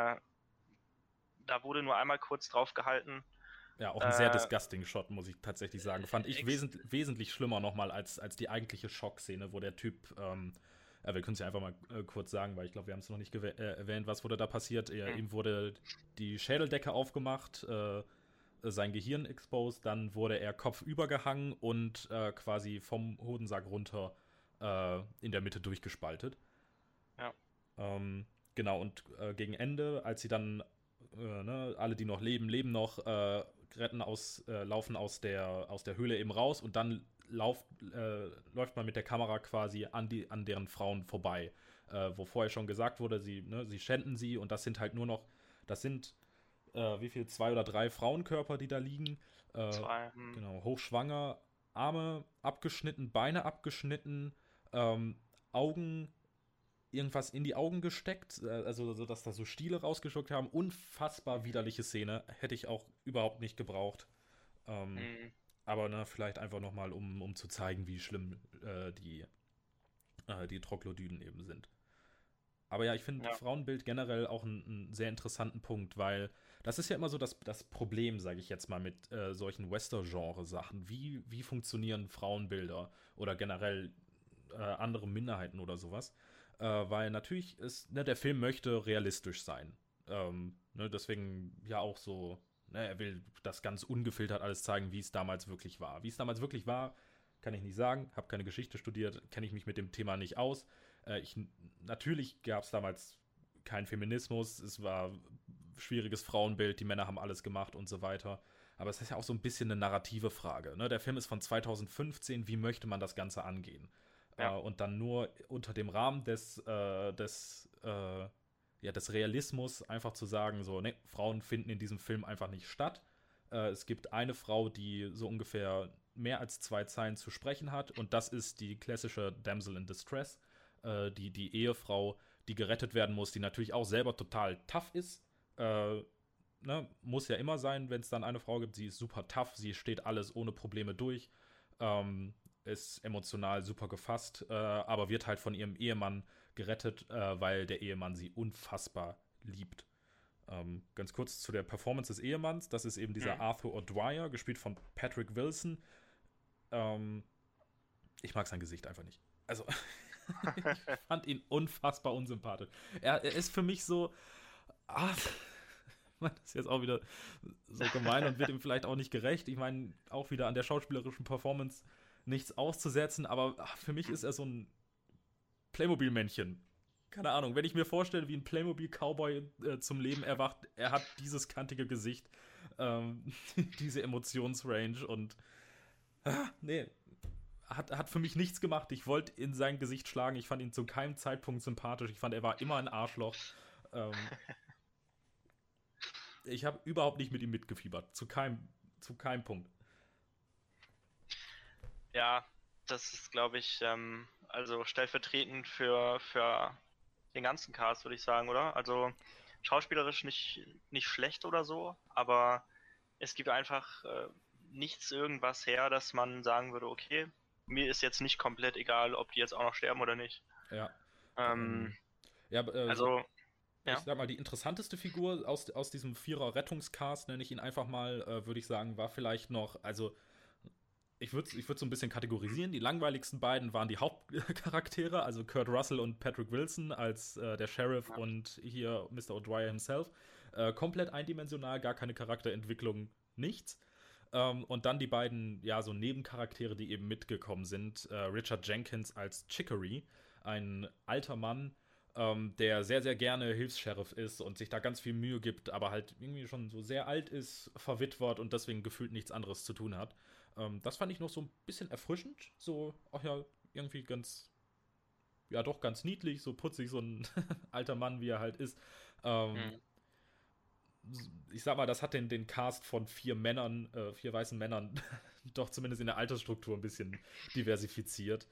da wurde nur einmal kurz drauf gehalten.
Ja, auch ein sehr
Äh,
disgusting Shot, muss ich tatsächlich sagen. Fand ich
ex
wesentlich schlimmer nochmal als die eigentliche Schockszene, wo der Typ, wir können es ja einfach mal kurz sagen, weil ich glaube, wir haben es noch nicht erwähnt, was wurde da passiert.
hm,
Ihm wurde die Schädeldecke aufgemacht, sein Gehirn exposed, dann wurde er kopfüber gehangen und quasi vom Hodensack runter in der Mitte durchgespaltet.
ja,
Genau, und gegen Ende, als sie dann, ne, alle, die noch leben, leben noch, laufen aus der Höhle eben raus und dann läuft man mit der Kamera quasi an deren Frauen vorbei. Wo vorher schon gesagt wurde, sie schänden sie und das sind halt nur noch, das sind, wie viel, 2 oder 3 Frauenkörper, die da liegen. Äh,
zwei.
genau, hochschwanger, Arme abgeschnitten, Beine abgeschnitten, Augen irgendwas in die Augen gesteckt, also so, dass da so Stiele rausgeschuckt haben. Unfassbar widerliche Szene. Hätte ich auch überhaupt nicht gebraucht. Ähm,
Hm,
aber ne, vielleicht einfach nochmal, um zu zeigen, wie schlimm die Troglodyten eben sind. Aber ja, ich finde
ja,
Frauenbild generell auch einen sehr interessanten Punkt, weil das ist ja immer so das Problem, sage ich jetzt mal, mit solchen Western-Genre-Sachen. Wie funktionieren Frauenbilder oder generell andere Minderheiten oder sowas? Weil natürlich ist, ne, der Film möchte realistisch sein. Ne, deswegen ja auch so, ne, er will das ganz ungefiltert alles zeigen, wie es damals wirklich war. Wie es damals wirklich war, kann ich nicht sagen, habe keine Geschichte studiert, kenne ich mich mit dem Thema nicht aus. Natürlich gab es damals keinen Feminismus, es war ein schwieriges Frauenbild, die Männer haben alles gemacht und so weiter. Aber es ist ja auch so ein bisschen eine narrative Frage. Ne? Der Film ist von 2015, wie möchte man das Ganze angehen?
Ja.
Und dann nur unter dem Rahmen des Realismus einfach zu sagen, so, ne, Frauen finden in diesem Film einfach nicht statt. Es gibt eine Frau, die so ungefähr mehr als 2 Zeilen zu sprechen hat, und das ist die klassische Damsel in Distress, die Ehefrau, die gerettet werden muss, die natürlich auch selber total tough ist. Ne, muss ja immer sein, wenn es dann eine Frau gibt, sie ist super tough, sie steht alles ohne Probleme durch, ist emotional super gefasst, aber wird halt von ihrem Ehemann gerettet, weil der Ehemann sie unfassbar liebt. Ganz kurz zu der Performance des Ehemanns, das ist eben dieser Arthur O'Dwyer, gespielt von Patrick Wilson. Ich mag sein Gesicht einfach nicht. Also, ich fand ihn unfassbar unsympathisch. Er ist für mich so, das ist jetzt auch wieder so gemein und wird ihm vielleicht auch nicht gerecht. Ich meine, auch wieder an der schauspielerischen Performance nichts auszusetzen, aber für mich ist er so ein Playmobil-Männchen. Keine Ahnung, wenn ich mir vorstelle, wie ein Playmobil-Cowboy zum Leben erwacht, er hat dieses kantige Gesicht, diese Emotionsrange und nee, hat für mich nichts gemacht. Ich wollte in sein Gesicht schlagen, ich fand ihn zu keinem Zeitpunkt sympathisch, ich fand, er war immer ein Arschloch. Ich habe überhaupt nicht mit ihm mitgefiebert, zu keinem Punkt.
Ja, das ist, glaube ich, also stellvertretend für den ganzen Cast, würde ich sagen, oder? Also schauspielerisch nicht schlecht oder so, aber es gibt einfach nichts irgendwas her, dass man sagen würde, okay, mir ist jetzt nicht komplett egal, ob die jetzt auch noch sterben oder nicht.
Ja.
Also,
ich sag mal, die interessanteste Figur aus diesem Vierer-Rettungscast, nenne ich ihn einfach mal, würde ich sagen, war vielleicht noch, also ich würd so ein bisschen kategorisieren. Die langweiligsten beiden waren die Hauptcharaktere, also Kurt Russell und Patrick Wilson als der Sheriff und hier Mr. O'Dwyer himself. Komplett eindimensional, gar keine Charakterentwicklung, nichts. Und dann die beiden, ja, so Nebencharaktere, die eben mitgekommen sind. Richard Jenkins als Chicory, ein alter Mann, der sehr, sehr gerne Hilfs-Sheriff ist und sich da ganz viel Mühe gibt, aber halt irgendwie schon so sehr alt ist, verwitwet und deswegen gefühlt nichts anderes zu tun hat. Das fand ich noch so ein bisschen erfrischend. So, ach ja, irgendwie ganz, ja doch ganz niedlich, so putzig, so ein alter Mann, wie er halt ist. Ich sag mal, das hat den Cast von 4 weißen Männern, doch zumindest in der Altersstruktur ein bisschen diversifiziert.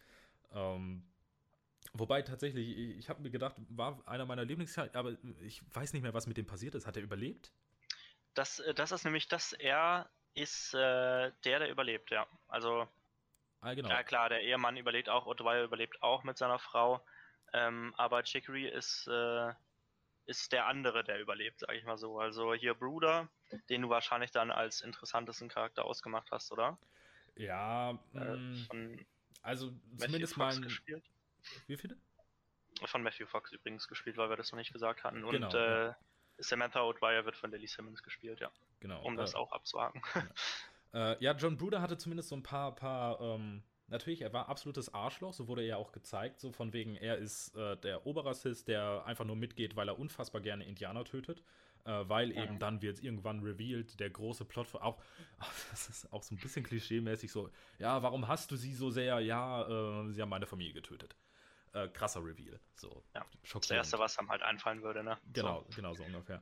Wobei tatsächlich, ich habe mir gedacht, war einer meiner Lieblingscharaktere, aber ich weiß nicht mehr, was mit dem passiert ist. Hat er überlebt?
Das ist nämlich, er ist der überlebt, ja. Also,
genau.
Ja klar, der Ehemann überlebt auch, O'Dwyer überlebt auch mit seiner Frau, aber Chicory ist der andere, der überlebt, sag ich mal so. Also hier Bruder, den du wahrscheinlich dann als interessantesten Charakter ausgemacht hast, oder?
Ja, also zumindest mal
gespielt.
Wie viele?
Von Matthew Fox übrigens gespielt, weil wir das noch nicht gesagt hatten. Und
genau, ja.
Samantha O'Dwyer wird von Lily Simmons gespielt, ja.
Genau.
Um das auch abzuhaken.
Ja, John Bruder hatte zumindest so ein paar natürlich, er war absolutes Arschloch, so wurde er ja auch gezeigt, so von wegen, er ist der Oberrassist, der einfach nur mitgeht, weil er unfassbar gerne Indianer tötet, weil eben dann wird irgendwann revealed, der große Plot, auch, das ist auch so ein bisschen klischee-mäßig so, ja, warum hasst du sie so sehr? Ja, sie haben meine Familie getötet. Krasser Reveal, so.
Ja, das Erste, was einem halt einfallen würde, ne?
Genau so ungefähr.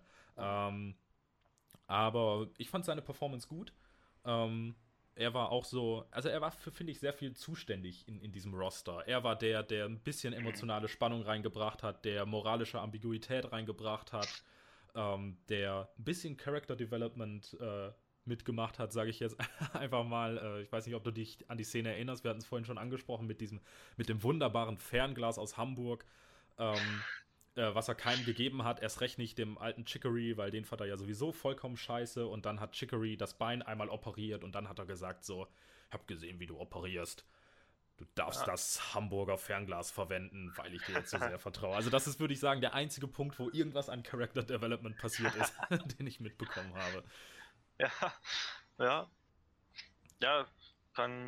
Aber ich fand seine Performance gut. Er war auch so, also er war für, finde ich, sehr viel zuständig in diesem Roster. Er war der ein bisschen emotionale Spannung reingebracht hat, der moralische Ambiguität reingebracht hat, der ein bisschen Character Development mitgemacht hat, sage ich jetzt einfach mal. Ich weiß nicht, ob du dich an die Szene erinnerst, wir hatten es vorhin schon angesprochen, mit dem wunderbaren Fernglas aus Hamburg, was er keinem gegeben hat, erst recht nicht dem alten Chicory, weil den fand er ja sowieso vollkommen scheiße, und dann hat Chicory das Bein einmal operiert und dann hat er gesagt so, ich hab gesehen, wie du operierst. Du darfst das Hamburger Fernglas verwenden, weil ich dir jetzt so sehr vertraue. Also das ist, würde ich sagen, der einzige Punkt, wo irgendwas an Character Development passiert ist, den ich mitbekommen habe.
Ja, kann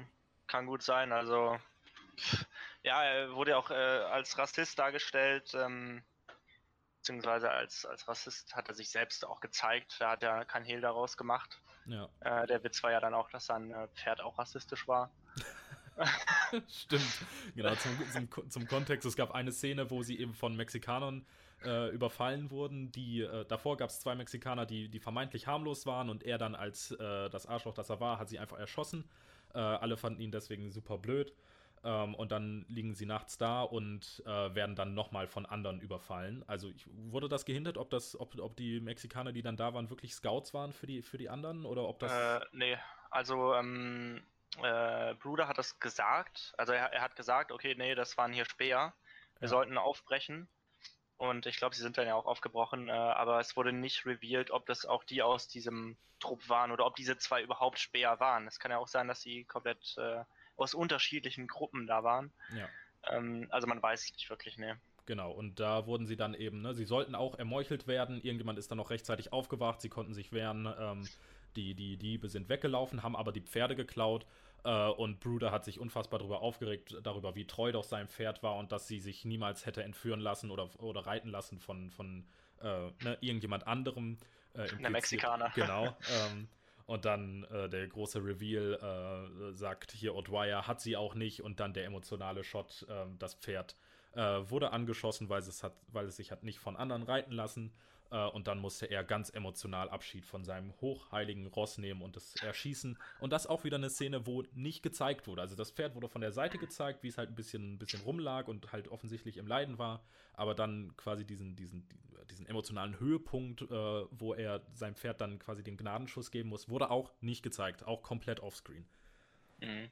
kann gut sein. Also, ja, er wurde ja auch als Rassist dargestellt, beziehungsweise als Rassist hat er sich selbst auch gezeigt. Da hat er kein Hehl daraus gemacht.
Ja.
Der Witz war ja dann auch, dass sein Pferd auch rassistisch war.
Stimmt. Genau, zum Kontext. Es gab eine Szene, wo sie eben von Mexikanern überfallen wurden. Davor gab es zwei Mexikaner, die vermeintlich harmlos waren und er dann als das Arschloch, das er war, hat sie einfach erschossen. Alle fanden ihn deswegen super blöd. Und dann liegen sie nachts da und werden dann nochmal von anderen überfallen. Also wurde das gehindert, ob die Mexikaner, die dann da waren, wirklich Scouts waren für die anderen oder ob das.
Nee, also Bruder hat das gesagt. Also er hat gesagt, okay, nee, das waren hier Späher. Wir
Ja.
sollten aufbrechen. Und ich glaube, sie sind dann ja auch aufgebrochen, aber es wurde nicht revealed, ob das auch die aus diesem Trupp waren oder ob diese zwei überhaupt Späher waren. Es kann ja auch sein, dass sie komplett aus unterschiedlichen Gruppen da waren.
Ja.
Also man weiß es nicht wirklich, ne.
Genau, und da wurden sie dann eben, ne, sie sollten auch ermeuchelt werden. Irgendjemand ist dann noch rechtzeitig aufgewacht, sie konnten sich wehren. Die Diebe sind weggelaufen, haben aber die Pferde geklaut. Und Bruder hat sich unfassbar darüber aufgeregt, darüber, wie treu doch sein Pferd war und dass sie sich niemals hätte entführen lassen oder reiten lassen von irgendjemand anderem.
Der Mexikaner.
Genau. Und dann der große Reveal sagt hier, O'Dwyer hat sie auch nicht. Und dann der emotionale Shot, das Pferd wurde angeschossen, weil es sich hat nicht von anderen reiten lassen. Und dann musste er ganz emotional Abschied von seinem hochheiligen Ross nehmen und es erschießen. Und das auch wieder eine Szene, wo nicht gezeigt wurde. Also das Pferd wurde von der Seite gezeigt, wie es halt ein bisschen rumlag und halt offensichtlich im Leiden war. Aber dann quasi diesen emotionalen Höhepunkt, wo er seinem Pferd dann quasi den Gnadenschuss geben muss, wurde auch nicht gezeigt. Auch komplett offscreen.
Mhm.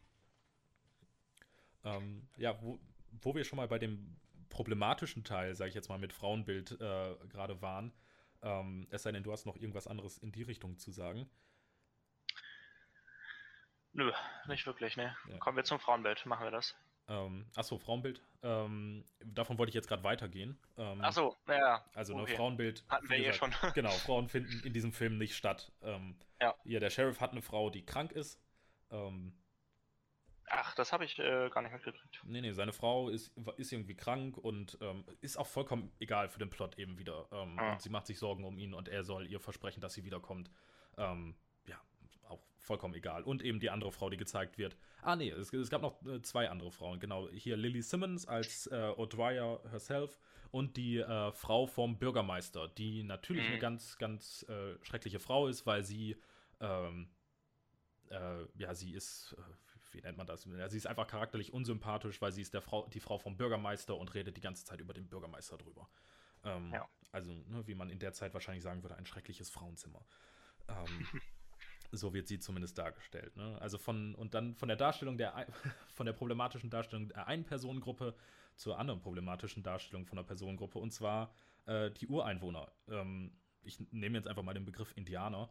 Ja, wo wir schon mal bei dem problematischen Teil, sage ich jetzt mal, mit Frauenbild gerade waren, es sei denn, du hast noch irgendwas anderes in die Richtung zu sagen.
Nö, nicht wirklich, ne.
Ja.
Kommen wir zum Frauenbild, machen wir das.
Achso, Frauenbild. Davon wollte ich jetzt gerade weitergehen.
Achso, ja.
Also
okay.
Frauenbild.
Hatten wir eh schon.
Genau, Frauen finden in diesem Film nicht statt.
Ja.
Hier, der Sheriff hat eine Frau, die krank ist.
Ach, das habe ich gar nicht mitgekriegt.
Nee, seine Frau ist irgendwie krank und ist auch vollkommen egal für den Plot eben wieder. Und sie macht sich Sorgen um ihn und er soll ihr versprechen, dass sie wiederkommt. Ja, auch vollkommen egal. Und eben die andere Frau, die gezeigt wird. Nee, es gab noch zwei andere Frauen. Genau, hier Lily Simmons als O'Dwyer herself und die Frau vom Bürgermeister, die natürlich eine ganz, ganz schreckliche Frau ist, weil sie sie ist, wie nennt man das? Ja, sie ist einfach charakterlich unsympathisch, weil sie ist die Frau vom Bürgermeister und redet die ganze Zeit über den Bürgermeister drüber.
Ja.
Also, ne, wie man in der Zeit wahrscheinlich sagen würde, ein schreckliches Frauenzimmer. So wird sie zumindest dargestellt. Ne? Also von der Darstellung von der problematischen Darstellung der einen Personengruppe zur anderen problematischen Darstellung von der Personengruppe, und zwar die Ureinwohner. Ich nehme jetzt einfach mal den Begriff Indianer.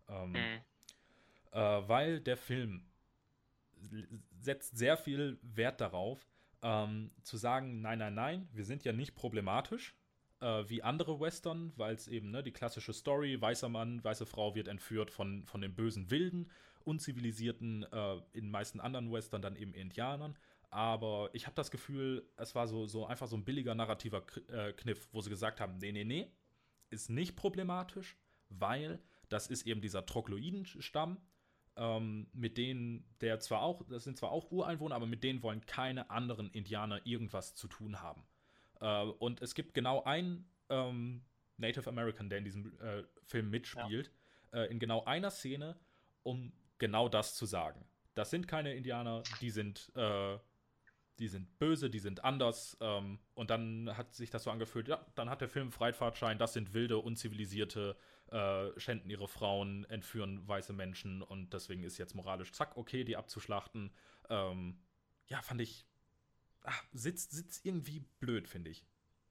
Weil der Film setzt sehr viel Wert darauf, zu sagen, nein, wir sind ja nicht problematisch, wie andere Western, weil es eben die klassische Story, weißer Mann, weiße Frau wird entführt von den bösen Wilden, unzivilisierten, in meisten anderen Western dann eben Indianern. Aber ich habe das Gefühl, es war so einfach so ein billiger narrativer Kniff, wo sie gesagt haben, nee, ist nicht problematisch, weil das ist eben dieser Trogloiden-Stamm, mit denen das sind zwar auch Ureinwohner, aber mit denen wollen keine anderen Indianer irgendwas zu tun haben. Und es gibt genau einen Native American, der in diesem Film mitspielt, in genau einer Szene, um genau das zu sagen. Das sind keine Indianer, die sind böse, die sind anders. Und dann hat sich das so angefühlt, ja, dann hat der Film Freifahrtschein, das sind wilde, unzivilisierte, schänden ihre Frauen, entführen weiße Menschen und deswegen ist jetzt moralisch, zack, okay, die abzuschlachten. Fand ich, sitzt irgendwie blöd, finde ich.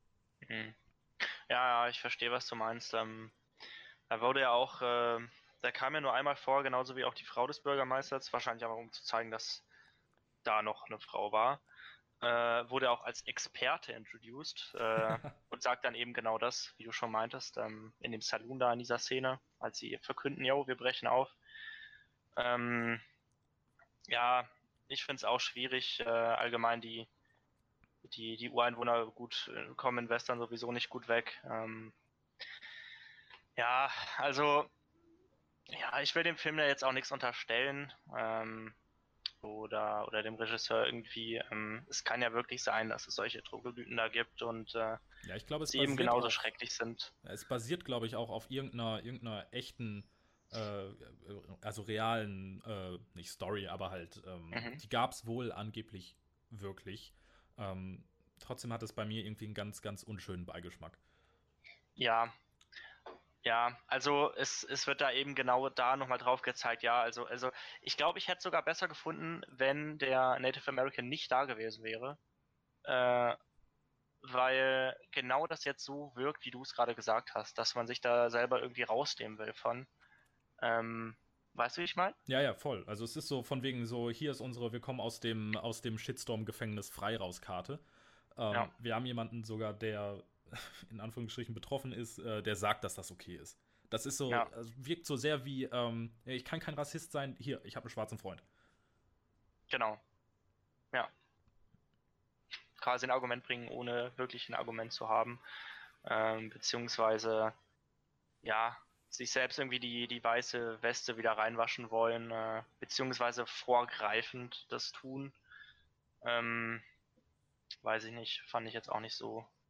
Ja, ich verstehe, was du meinst. Er wurde ja auch, der kam ja nur einmal vor, genauso wie auch die Frau des Bürgermeisters, wahrscheinlich aber um zu zeigen, dass da noch eine Frau war. Wurde auch als Experte introduced und sagt dann eben genau das, wie du schon meintest, in dem Saloon da in dieser Szene, als sie verkünden, jo, wir brechen auf. Ja, ich finde es auch schwierig, allgemein die Ureinwohner kommen in Western sowieso nicht gut weg. Ja, also, ja, ich will dem Film ja jetzt auch nichts unterstellen. Oder dem Regisseur irgendwie. Es kann ja wirklich sein, dass es solche Drogenblüten da gibt und
Ja, ich glaube,
sie eben genauso schrecklich sind.
es basiert, glaube ich, auch auf irgendeiner echten, äh, also realen, nicht Story, aber halt,
Mhm.
die gab es wohl angeblich wirklich. Ähm, Trotzdem hat es bei mir irgendwie einen ganz, ganz unschönen Beigeschmack.
Ja, ja, also es wird da eben genau da nochmal drauf gezeigt, ja, also ich glaube, ich hätte es sogar besser gefunden, wenn der Native American nicht da gewesen wäre, äh, weil genau das jetzt so wirkt, wie du es gerade gesagt hast, dass man sich da selber irgendwie rausnehmen will von. Ähm, weißt du, wie ich meine?
Ja, ja, voll. Also es ist so von wegen so, hier ist unsere Willkommen aus dem Shitstorm-Gefängnis frei raus Karte.
Ja,
Wir haben jemanden sogar, der in Anführungsstrichen betroffen ist, der sagt, dass das okay ist. Das ist so,
ja,
also wirkt so sehr wie, ich kann kein Rassist sein, hier, ich habe einen schwarzen Freund.
genau. Ja, quasi ein Argument bringen, ohne wirklich ein Argument zu haben. Beziehungsweise, ja, sich selbst irgendwie die weiße Weste wieder reinwaschen wollen, beziehungsweise vorgreifend das tun. Ähm, weiß ich nicht, fand ich jetzt auch nicht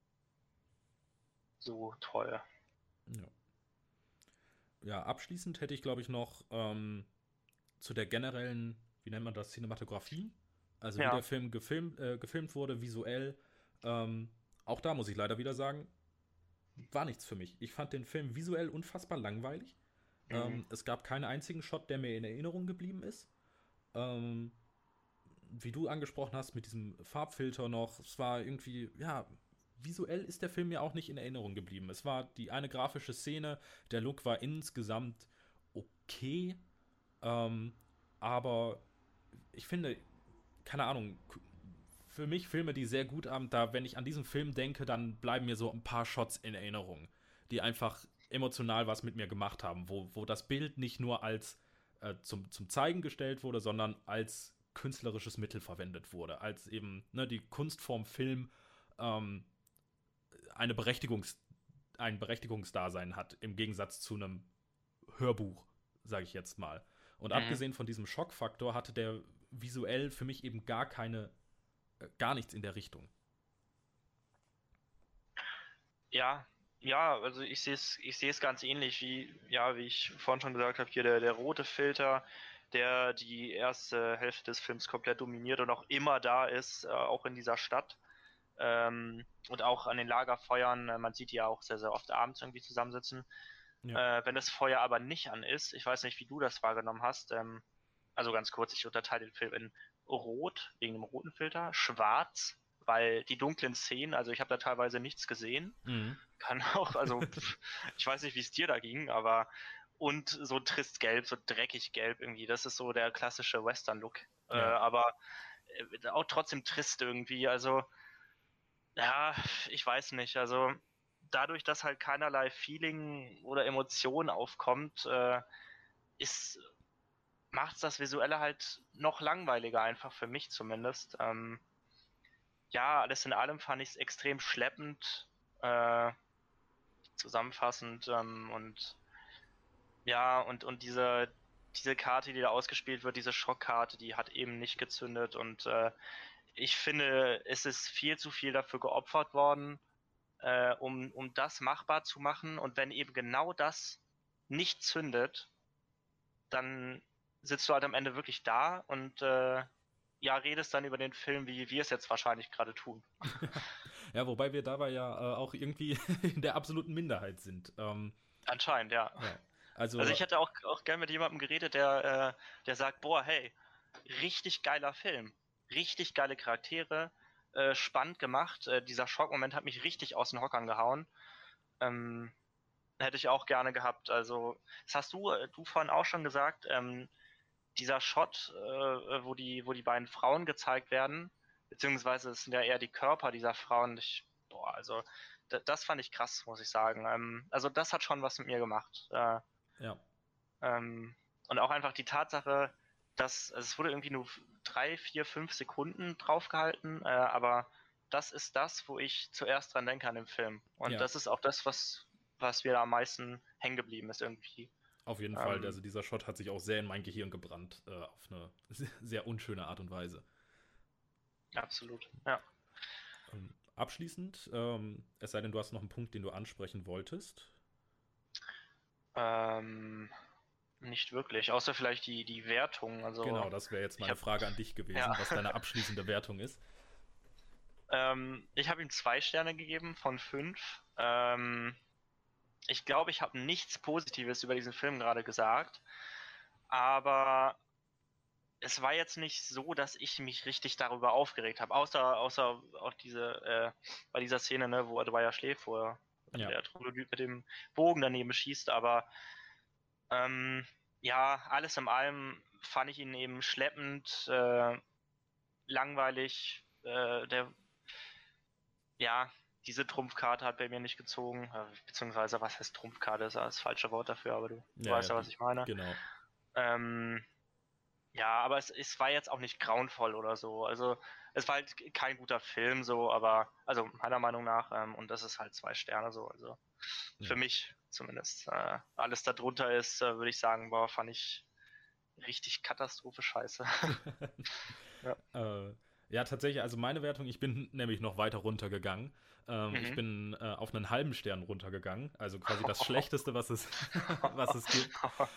so toll.
Ja. Ja, abschließend hätte ich, glaube ich, noch zu der generellen, wie nennt man das, Cinematografie. Also wie der
Ja,
Film gefilmt wurde, visuell. Ähm, Auch da muss ich leider wieder sagen, war nichts für mich. Ich fand den Film visuell unfassbar langweilig.
mhm.
Es gab keinen einzigen Shot, der mir in Erinnerung geblieben ist. Ähm, Wie du angesprochen hast, mit diesem Farbfilter noch, es war irgendwie, ja, visuell ist der Film mir auch nicht in Erinnerung geblieben. Es war die eine grafische Szene, der Look war insgesamt okay, ähm, aber ich finde, keine Ahnung, für mich Filme, die sehr gut haben, da, wenn ich an diesen Film denke, dann bleiben mir so ein paar Shots in Erinnerung, die einfach emotional was mit mir gemacht haben, wo das Bild nicht nur als zum Zeigen gestellt wurde, sondern als künstlerisches Mittel verwendet wurde, als eben ne, die Kunstform Film ähm, eine ein Berechtigungsdasein hat, im Gegensatz zu einem Hörbuch, sage ich jetzt mal. Und
Mhm.
abgesehen von diesem Schockfaktor hatte der visuell für mich eben gar nichts in der Richtung.
Ja, ja, also ich sehe es ganz ähnlich wie ich vorhin schon gesagt habe, hier der rote Filter, der die erste Hälfte des Films komplett dominiert und auch immer da ist, auch in dieser Stadt. Und auch an den Lagerfeuern, man sieht die ja auch sehr, sehr oft abends irgendwie zusammensitzen.
Ja.
Wenn das Feuer aber nicht an ist, ich weiß nicht, wie du das wahrgenommen hast, also ganz kurz, ich unterteile den Film in Rot, wegen dem roten Filter, Schwarz, weil die dunklen Szenen, also ich habe da teilweise nichts gesehen,
Mhm.
kann auch, also ich weiß nicht, wie es dir da ging, aber und so trist gelb, so dreckig gelb irgendwie, das ist so der klassische Western-Look,
Ja.
aber auch trotzdem trist irgendwie, also ja, ich weiß nicht. Also dadurch, dass halt keinerlei Feeling oder Emotion aufkommt, ist, macht's das Visuelle halt noch langweiliger, einfach für mich zumindest. Ja, alles in allem fand ich es extrem schleppend, äh, zusammenfassend, und ja, und diese Karte, die da ausgespielt wird, diese Schockkarte, die hat eben nicht gezündet und ich finde, es ist viel zu viel dafür geopfert worden, um das machbar zu machen. Und wenn eben genau das nicht zündet, dann sitzt du halt am Ende wirklich da und ja, redest dann über den Film, wie wir es jetzt wahrscheinlich gerade tun.
Ja, wobei wir dabei ja auch irgendwie in der absoluten Minderheit sind.
Anscheinend, ja.
Ja.
Also
Also,
ich hätte auch gern mit jemandem geredet, der sagt, boah, hey, richtig geiler Film, richtig geile Charaktere, spannend gemacht. Dieser Schockmoment hat mich richtig aus den Hockern gehauen. Ähm, hätte ich auch gerne gehabt. Also, das hast du vorhin auch schon gesagt, dieser Shot, wo die beiden Frauen gezeigt werden, beziehungsweise es sind ja eher die Körper dieser Frauen. Boah, also das fand ich krass, muss ich sagen. Also das hat schon was mit mir gemacht.
ja.
Ähm, und auch einfach die Tatsache, dass also es wurde irgendwie nur 3, 4, 5 Sekunden draufgehalten, aber das ist das, wo ich zuerst dran denke an dem Film. Und das ist auch das, was mir da am meisten hängen geblieben ist irgendwie.
Auf jeden Fall, also dieser Shot hat sich auch sehr in mein Gehirn gebrannt, auf eine sehr unschöne Art und Weise.
Absolut, ja.
Abschließend, es sei denn, du hast noch einen Punkt, den du ansprechen wolltest.
Nicht wirklich, außer vielleicht die Wertung. Also,
genau, das wäre jetzt meine Frage an dich gewesen, was deine abschließende Wertung ist.
Ich habe ihm 2 Sterne gegeben von 5. Ich glaube, ich habe nichts Positives über diesen Film gerade gesagt, aber es war jetzt nicht so, dass ich mich richtig darüber aufgeregt habe, außer auch bei dieser Szene, ne, wo Dwyer schläft, wo er der Troglodyt mit dem Bogen daneben schießt, aber alles in allem fand ich ihn eben schleppend, langweilig, diese Trumpfkarte hat bei mir nicht gezogen, beziehungsweise was heißt Trumpfkarte, ist das falsche Wort dafür, aber du weißt ja, was ich meine.
Genau.
Aber es war jetzt auch nicht grauenvoll oder so, also es war halt kein guter Film so, aber, also meiner Meinung nach, und das ist halt 2 Sterne so, also für mich zumindest. Alles darunter ist, würde ich sagen, fand ich richtig Katastrophe scheiße.
Ja, tatsächlich, also meine Wertung, ich bin nämlich noch weiter runtergegangen. Ich bin auf einen halben Stern runtergegangen, also quasi das Schlechteste, was es gibt.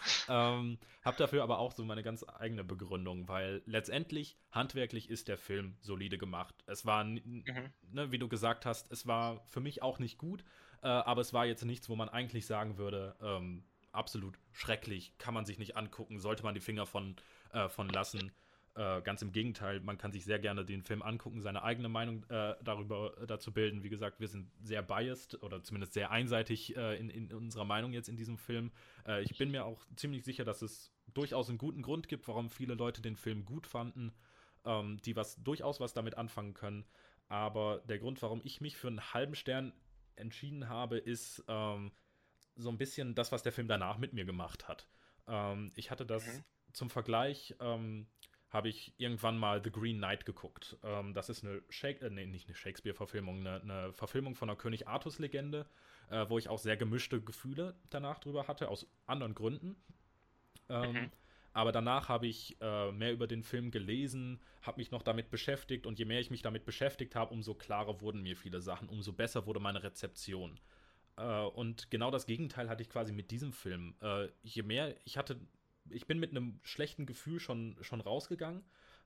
Hab dafür aber auch so meine ganz eigene Begründung, weil letztendlich, handwerklich ist der Film solide gemacht. Es war, wie du gesagt hast, es war für mich auch nicht gut, aber es war jetzt nichts, wo man eigentlich sagen würde, absolut schrecklich, kann man sich nicht angucken, sollte man die Finger von lassen. Ganz im Gegenteil, man kann sich sehr gerne den Film angucken, seine eigene Meinung dazu bilden. Wie gesagt, wir sind sehr biased oder zumindest sehr einseitig in unserer Meinung jetzt in diesem Film. Ich bin mir auch ziemlich sicher, dass es durchaus einen guten Grund gibt, warum viele Leute den Film gut fanden, die durchaus was damit anfangen können. Aber der Grund, warum ich mich für einen halben Stern entschieden habe, ist so ein bisschen das, was der Film danach mit mir gemacht hat. Ich hatte das zum Vergleich, habe ich irgendwann mal The Green Knight geguckt. Das ist nicht eine Shakespeare-Verfilmung, eine Verfilmung von einer König Artus-Legende, wo ich auch sehr gemischte Gefühle danach drüber hatte, aus anderen Gründen. Aber danach habe ich mehr über den Film gelesen, habe mich noch damit beschäftigt und je mehr ich mich damit beschäftigt habe, umso klarer wurden mir viele Sachen, umso besser wurde meine Rezeption. Und genau das Gegenteil hatte ich quasi mit diesem Film. Ich bin mit einem schlechten Gefühl schon rausgegangen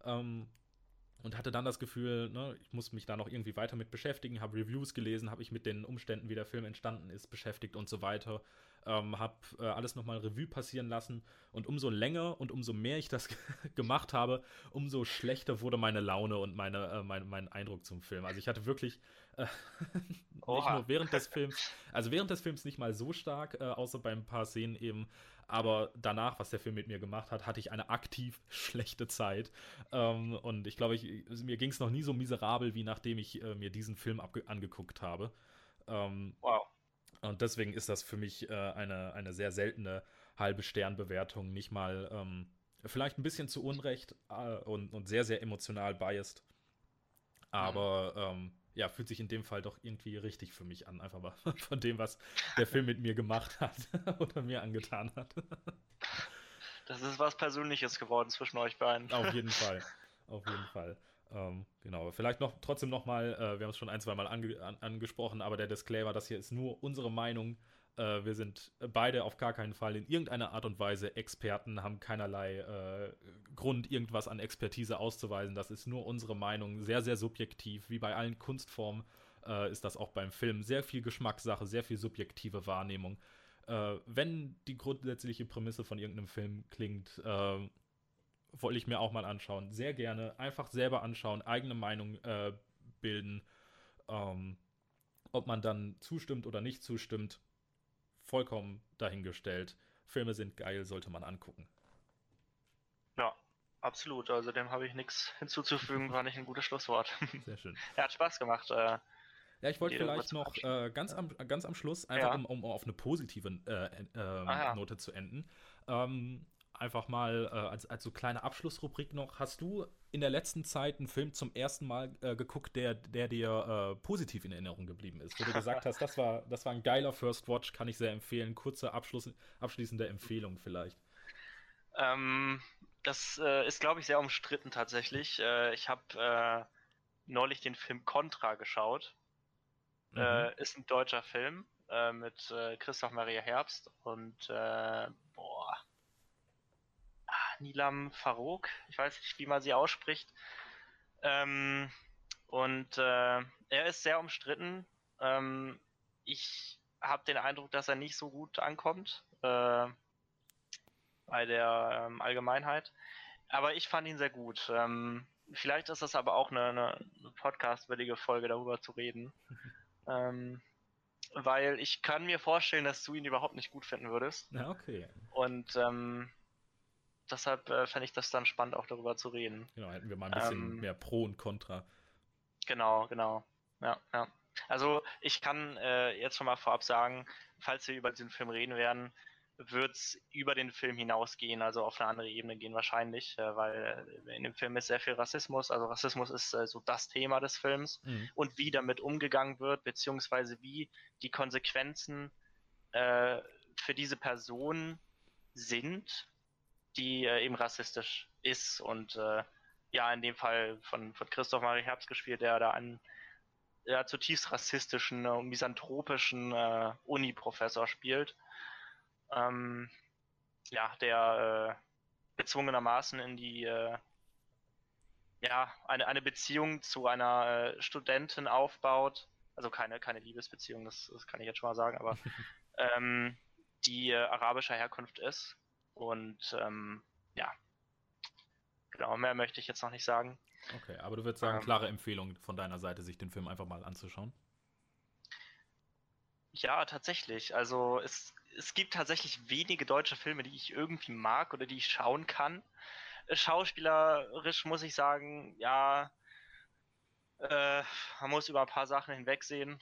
und hatte dann das Gefühl, ich muss mich da noch irgendwie weiter mit beschäftigen, habe Reviews gelesen, habe mich mit den Umständen, wie der Film entstanden ist, beschäftigt und so weiter. Habe alles nochmal Revue passieren lassen und umso länger und umso mehr ich das gemacht habe, umso schlechter wurde meine Laune und mein Eindruck zum Film. Also ich hatte wirklich nicht nur während des Films nicht mal so stark, außer bei ein paar Szenen eben, aber danach, was der Film mit mir gemacht hat, hatte ich eine aktiv schlechte Zeit. Und ich glaube, mir ging es noch nie so miserabel, wie nachdem ich mir diesen Film angeguckt habe.
Wow.
Und deswegen ist das für mich eine sehr seltene halbe Sternbewertung. Nicht mal, vielleicht ein bisschen zu Unrecht und sehr, sehr emotional biased. Aber fühlt sich in dem Fall doch irgendwie richtig für mich an. Einfach mal von dem, was der Film mit mir gemacht hat oder mir angetan hat.
Das ist was Persönliches geworden zwischen euch beiden.
Auf jeden Fall. Genau, vielleicht trotzdem noch mal, wir haben es schon ein, zwei Mal angesprochen, aber der Disclaimer, das hier ist nur unsere Meinung. Wir sind beide auf gar keinen Fall in irgendeiner Art und Weise Experten, haben keinerlei Grund, irgendwas an Expertise auszuweisen. Das ist nur unsere Meinung, sehr, sehr subjektiv. Wie bei allen Kunstformen ist das auch beim Film sehr viel Geschmackssache, sehr viel subjektive Wahrnehmung. Wenn die grundsätzliche Prämisse von irgendeinem Film klingt, wollte ich mir auch mal anschauen. Sehr gerne. Einfach selber anschauen, eigene Meinung bilden. Ob man dann zustimmt oder nicht zustimmt, vollkommen dahingestellt. Filme sind geil, sollte man angucken.
Ja, absolut. Also dem habe ich nichts hinzuzufügen, war nicht ein gutes Schlusswort.
Sehr schön.
Hat Spaß gemacht.
Ja, ich wollte vielleicht noch ganz am Schluss, einfach um auf eine positive Note zu enden, einfach mal als so kleine Abschlussrubrik noch, hast du in der letzten Zeit einen Film zum ersten Mal geguckt, der dir positiv in Erinnerung geblieben ist? Wo du gesagt hast, das war ein geiler First Watch, kann ich sehr empfehlen. Kurze abschließende Empfehlung vielleicht.
Das ist, glaube ich, sehr umstritten tatsächlich. Ich habe neulich den Film Contra geschaut. Ist ein deutscher Film mit Christoph Maria Herbst und Nilam Farouk. Ich weiß nicht, wie man sie ausspricht. Er ist sehr umstritten. Ich habe den Eindruck, dass er nicht so gut ankommt bei der Allgemeinheit. Aber ich fand ihn sehr gut. Vielleicht ist das aber auch eine podcastwürdige Folge, darüber zu reden. Weil ich kann mir vorstellen, dass du ihn überhaupt nicht gut finden würdest.
Ja, okay.
Und deshalb fände ich das dann spannend, auch darüber zu reden.
Genau, hätten wir mal ein bisschen mehr Pro und Contra.
Genau. Ja. Also ich kann jetzt schon mal vorab sagen, falls wir über diesen Film reden werden, wird es über den Film hinausgehen, also auf eine andere Ebene gehen wahrscheinlich, weil in dem Film ist sehr viel Rassismus. Also Rassismus ist so das Thema des Films und wie damit umgegangen wird, beziehungsweise wie die Konsequenzen für diese Person sind, die eben rassistisch ist und in dem Fall von Christoph Maria Herbst gespielt, der da einen zutiefst rassistischen und misanthropischen Uni-Professor spielt. Der gezwungenermaßen in die eine Beziehung zu einer Studentin aufbaut, also keine Liebesbeziehung, das kann ich jetzt schon mal sagen, aber die arabischer Herkunft ist und genau, mehr möchte ich jetzt noch nicht sagen.
Okay, aber du würdest sagen, klare Empfehlung von deiner Seite, sich den Film einfach mal anzuschauen?
Ja, tatsächlich. Also es gibt tatsächlich wenige deutsche Filme, die ich irgendwie mag oder die ich schauen kann. Schauspielerisch muss ich sagen, ja, man muss über ein paar Sachen hinwegsehen.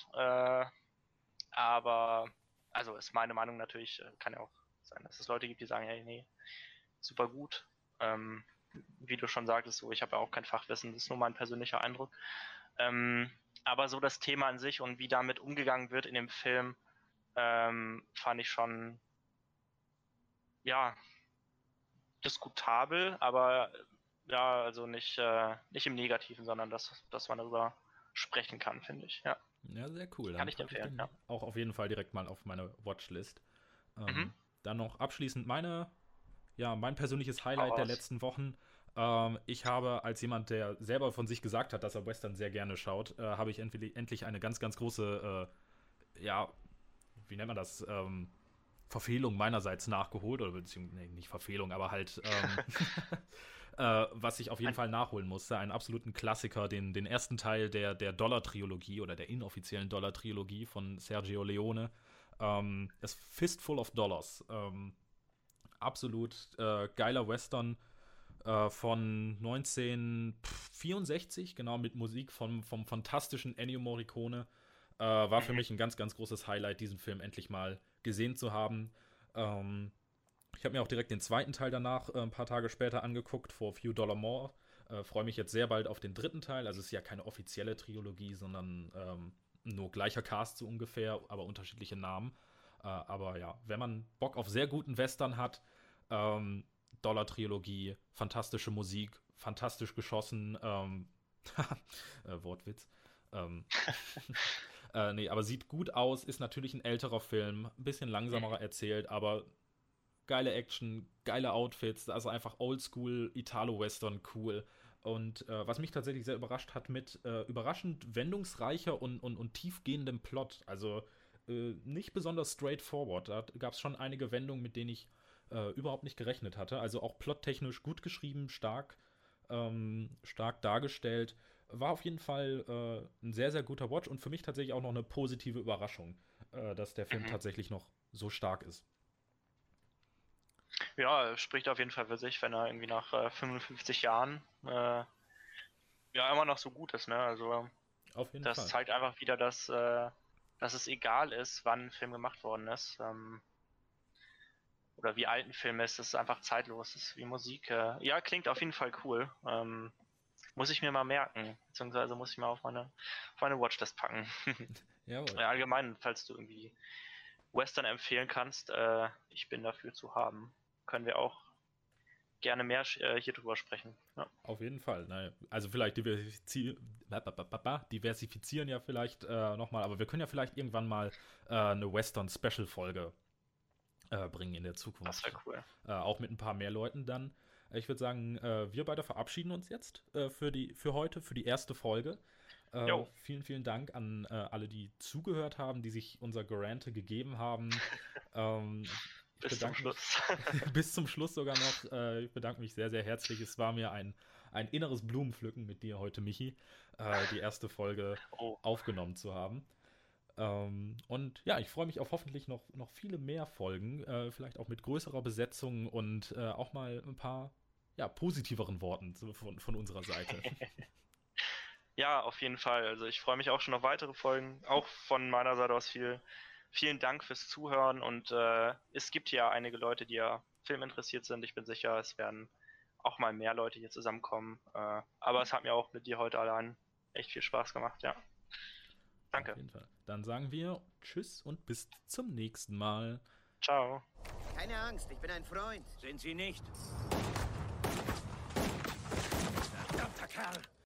Aber, also ist meine Meinung natürlich, kann ja auch sein, dass es Leute gibt, die sagen, hey, nee, super gut. Wie du schon sagtest, so, ich habe ja auch kein Fachwissen, das ist nur mein persönlicher Eindruck. Aber so das Thema an sich und wie damit umgegangen wird in dem Film, fand ich schon, ja, diskutabel, aber ja, also nicht im Negativen, sondern dass man darüber sprechen kann, finde ich, ja.
Ja, sehr cool.
Kann ich dir empfehlen, ja.
Auch auf jeden Fall direkt mal auf meine Watchlist. Dann noch abschließend mein persönliches Highlight der letzten Wochen. Ich habe als jemand, der selber von sich gesagt hat, dass er Western sehr gerne schaut, habe ich endlich eine ganz, ganz große, wie nennt man das, Verfehlung meinerseits nachgeholt, oder beziehungsweise, nicht Verfehlung, aber halt, was ich auf jeden Fall nachholen musste. Einen absoluten Klassiker, den ersten Teil der Dollar-Trilogie oder der inoffiziellen Dollar-Trilogie von Sergio Leone. Das Fistful of Dollars. Absolut geiler Western von 1964, genau, mit Musik vom fantastischen Ennio Morricone. War für mich ein ganz, ganz großes Highlight, diesen Film endlich mal gesehen zu haben. Ich habe mir auch direkt den zweiten Teil danach ein paar Tage später angeguckt, For a Few Dollar More. Freue mich jetzt sehr bald auf den dritten Teil. Also es ist ja keine offizielle Trilogie, sondern nur gleicher Cast so ungefähr, aber unterschiedliche Namen. Aber ja, wenn man Bock auf sehr guten Western hat, Dollar-Trilogie, fantastische Musik, fantastisch geschossen, Wortwitz. Nee, aber sieht gut aus, ist natürlich ein älterer Film, ein bisschen langsamer erzählt, aber geile Action, geile Outfits, also einfach Oldschool Italo-Western cool. Und was mich tatsächlich sehr überrascht hat, mit überraschend wendungsreicher und tiefgehendem Plot. Also nicht besonders straightforward. Da gab es schon einige Wendungen, mit denen ich überhaupt nicht gerechnet hatte. Also auch plottechnisch gut geschrieben, stark dargestellt. War auf jeden Fall ein sehr, sehr guter Watch und für mich tatsächlich auch noch eine positive Überraschung, dass der Film tatsächlich noch so stark ist.
Ja, spricht auf jeden Fall für sich, wenn er irgendwie nach 55 Jahren immer noch so gut ist, ne? Also
auf jeden
das
Fall.
zeigt einfach wieder, dass es egal ist, wann ein Film gemacht worden ist. Oder wie alt ein Film ist, es ist einfach zeitlos, es ist wie Musik. Ja, klingt auf jeden Fall cool. Muss ich mir mal merken, beziehungsweise muss ich mal auf meine Watchlist packen.
Jawohl.
Ja, allgemein, falls du irgendwie Western empfehlen kannst, ich bin dafür zu haben. Können wir auch gerne mehr hier drüber sprechen. Ja.
Auf jeden Fall. Naja, also vielleicht diversifizieren ja vielleicht nochmal, aber wir können ja vielleicht irgendwann mal eine Western-Special-Folge bringen in der Zukunft.
Das wäre cool.
Auch mit ein paar mehr Leuten dann. Ich würde sagen, wir beide verabschieden uns jetzt für heute, für die erste Folge. Vielen, vielen Dank an alle, die zugehört haben, die sich unser Gerante gegeben haben.
Bis zum Schluss.
Bis zum Schluss sogar noch. Ich bedanke mich sehr, sehr herzlich. Es war mir ein inneres Blumenpflücken mit dir heute, Michi, die erste Folge aufgenommen zu haben. Und ja, ich freue mich auf hoffentlich noch viele mehr Folgen, vielleicht auch mit größerer Besetzung und auch mal ein paar positiveren Worten von unserer Seite.
Ja, auf jeden Fall. Also ich freue mich auch schon auf weitere Folgen. Auch von meiner Seite aus vielen Dank fürs Zuhören. Und es gibt ja einige Leute, die ja filminteressiert sind. Ich bin sicher, es werden auch mal mehr Leute hier zusammenkommen. Aber es hat mir auch mit dir heute allein echt viel Spaß gemacht, ja. Danke.
Auf jeden Fall. Dann sagen wir Tschüss und bis zum nächsten Mal.
Ciao.
Keine Angst, ich bin ein Freund.
Sind Sie nicht?
Verdammter Kerl!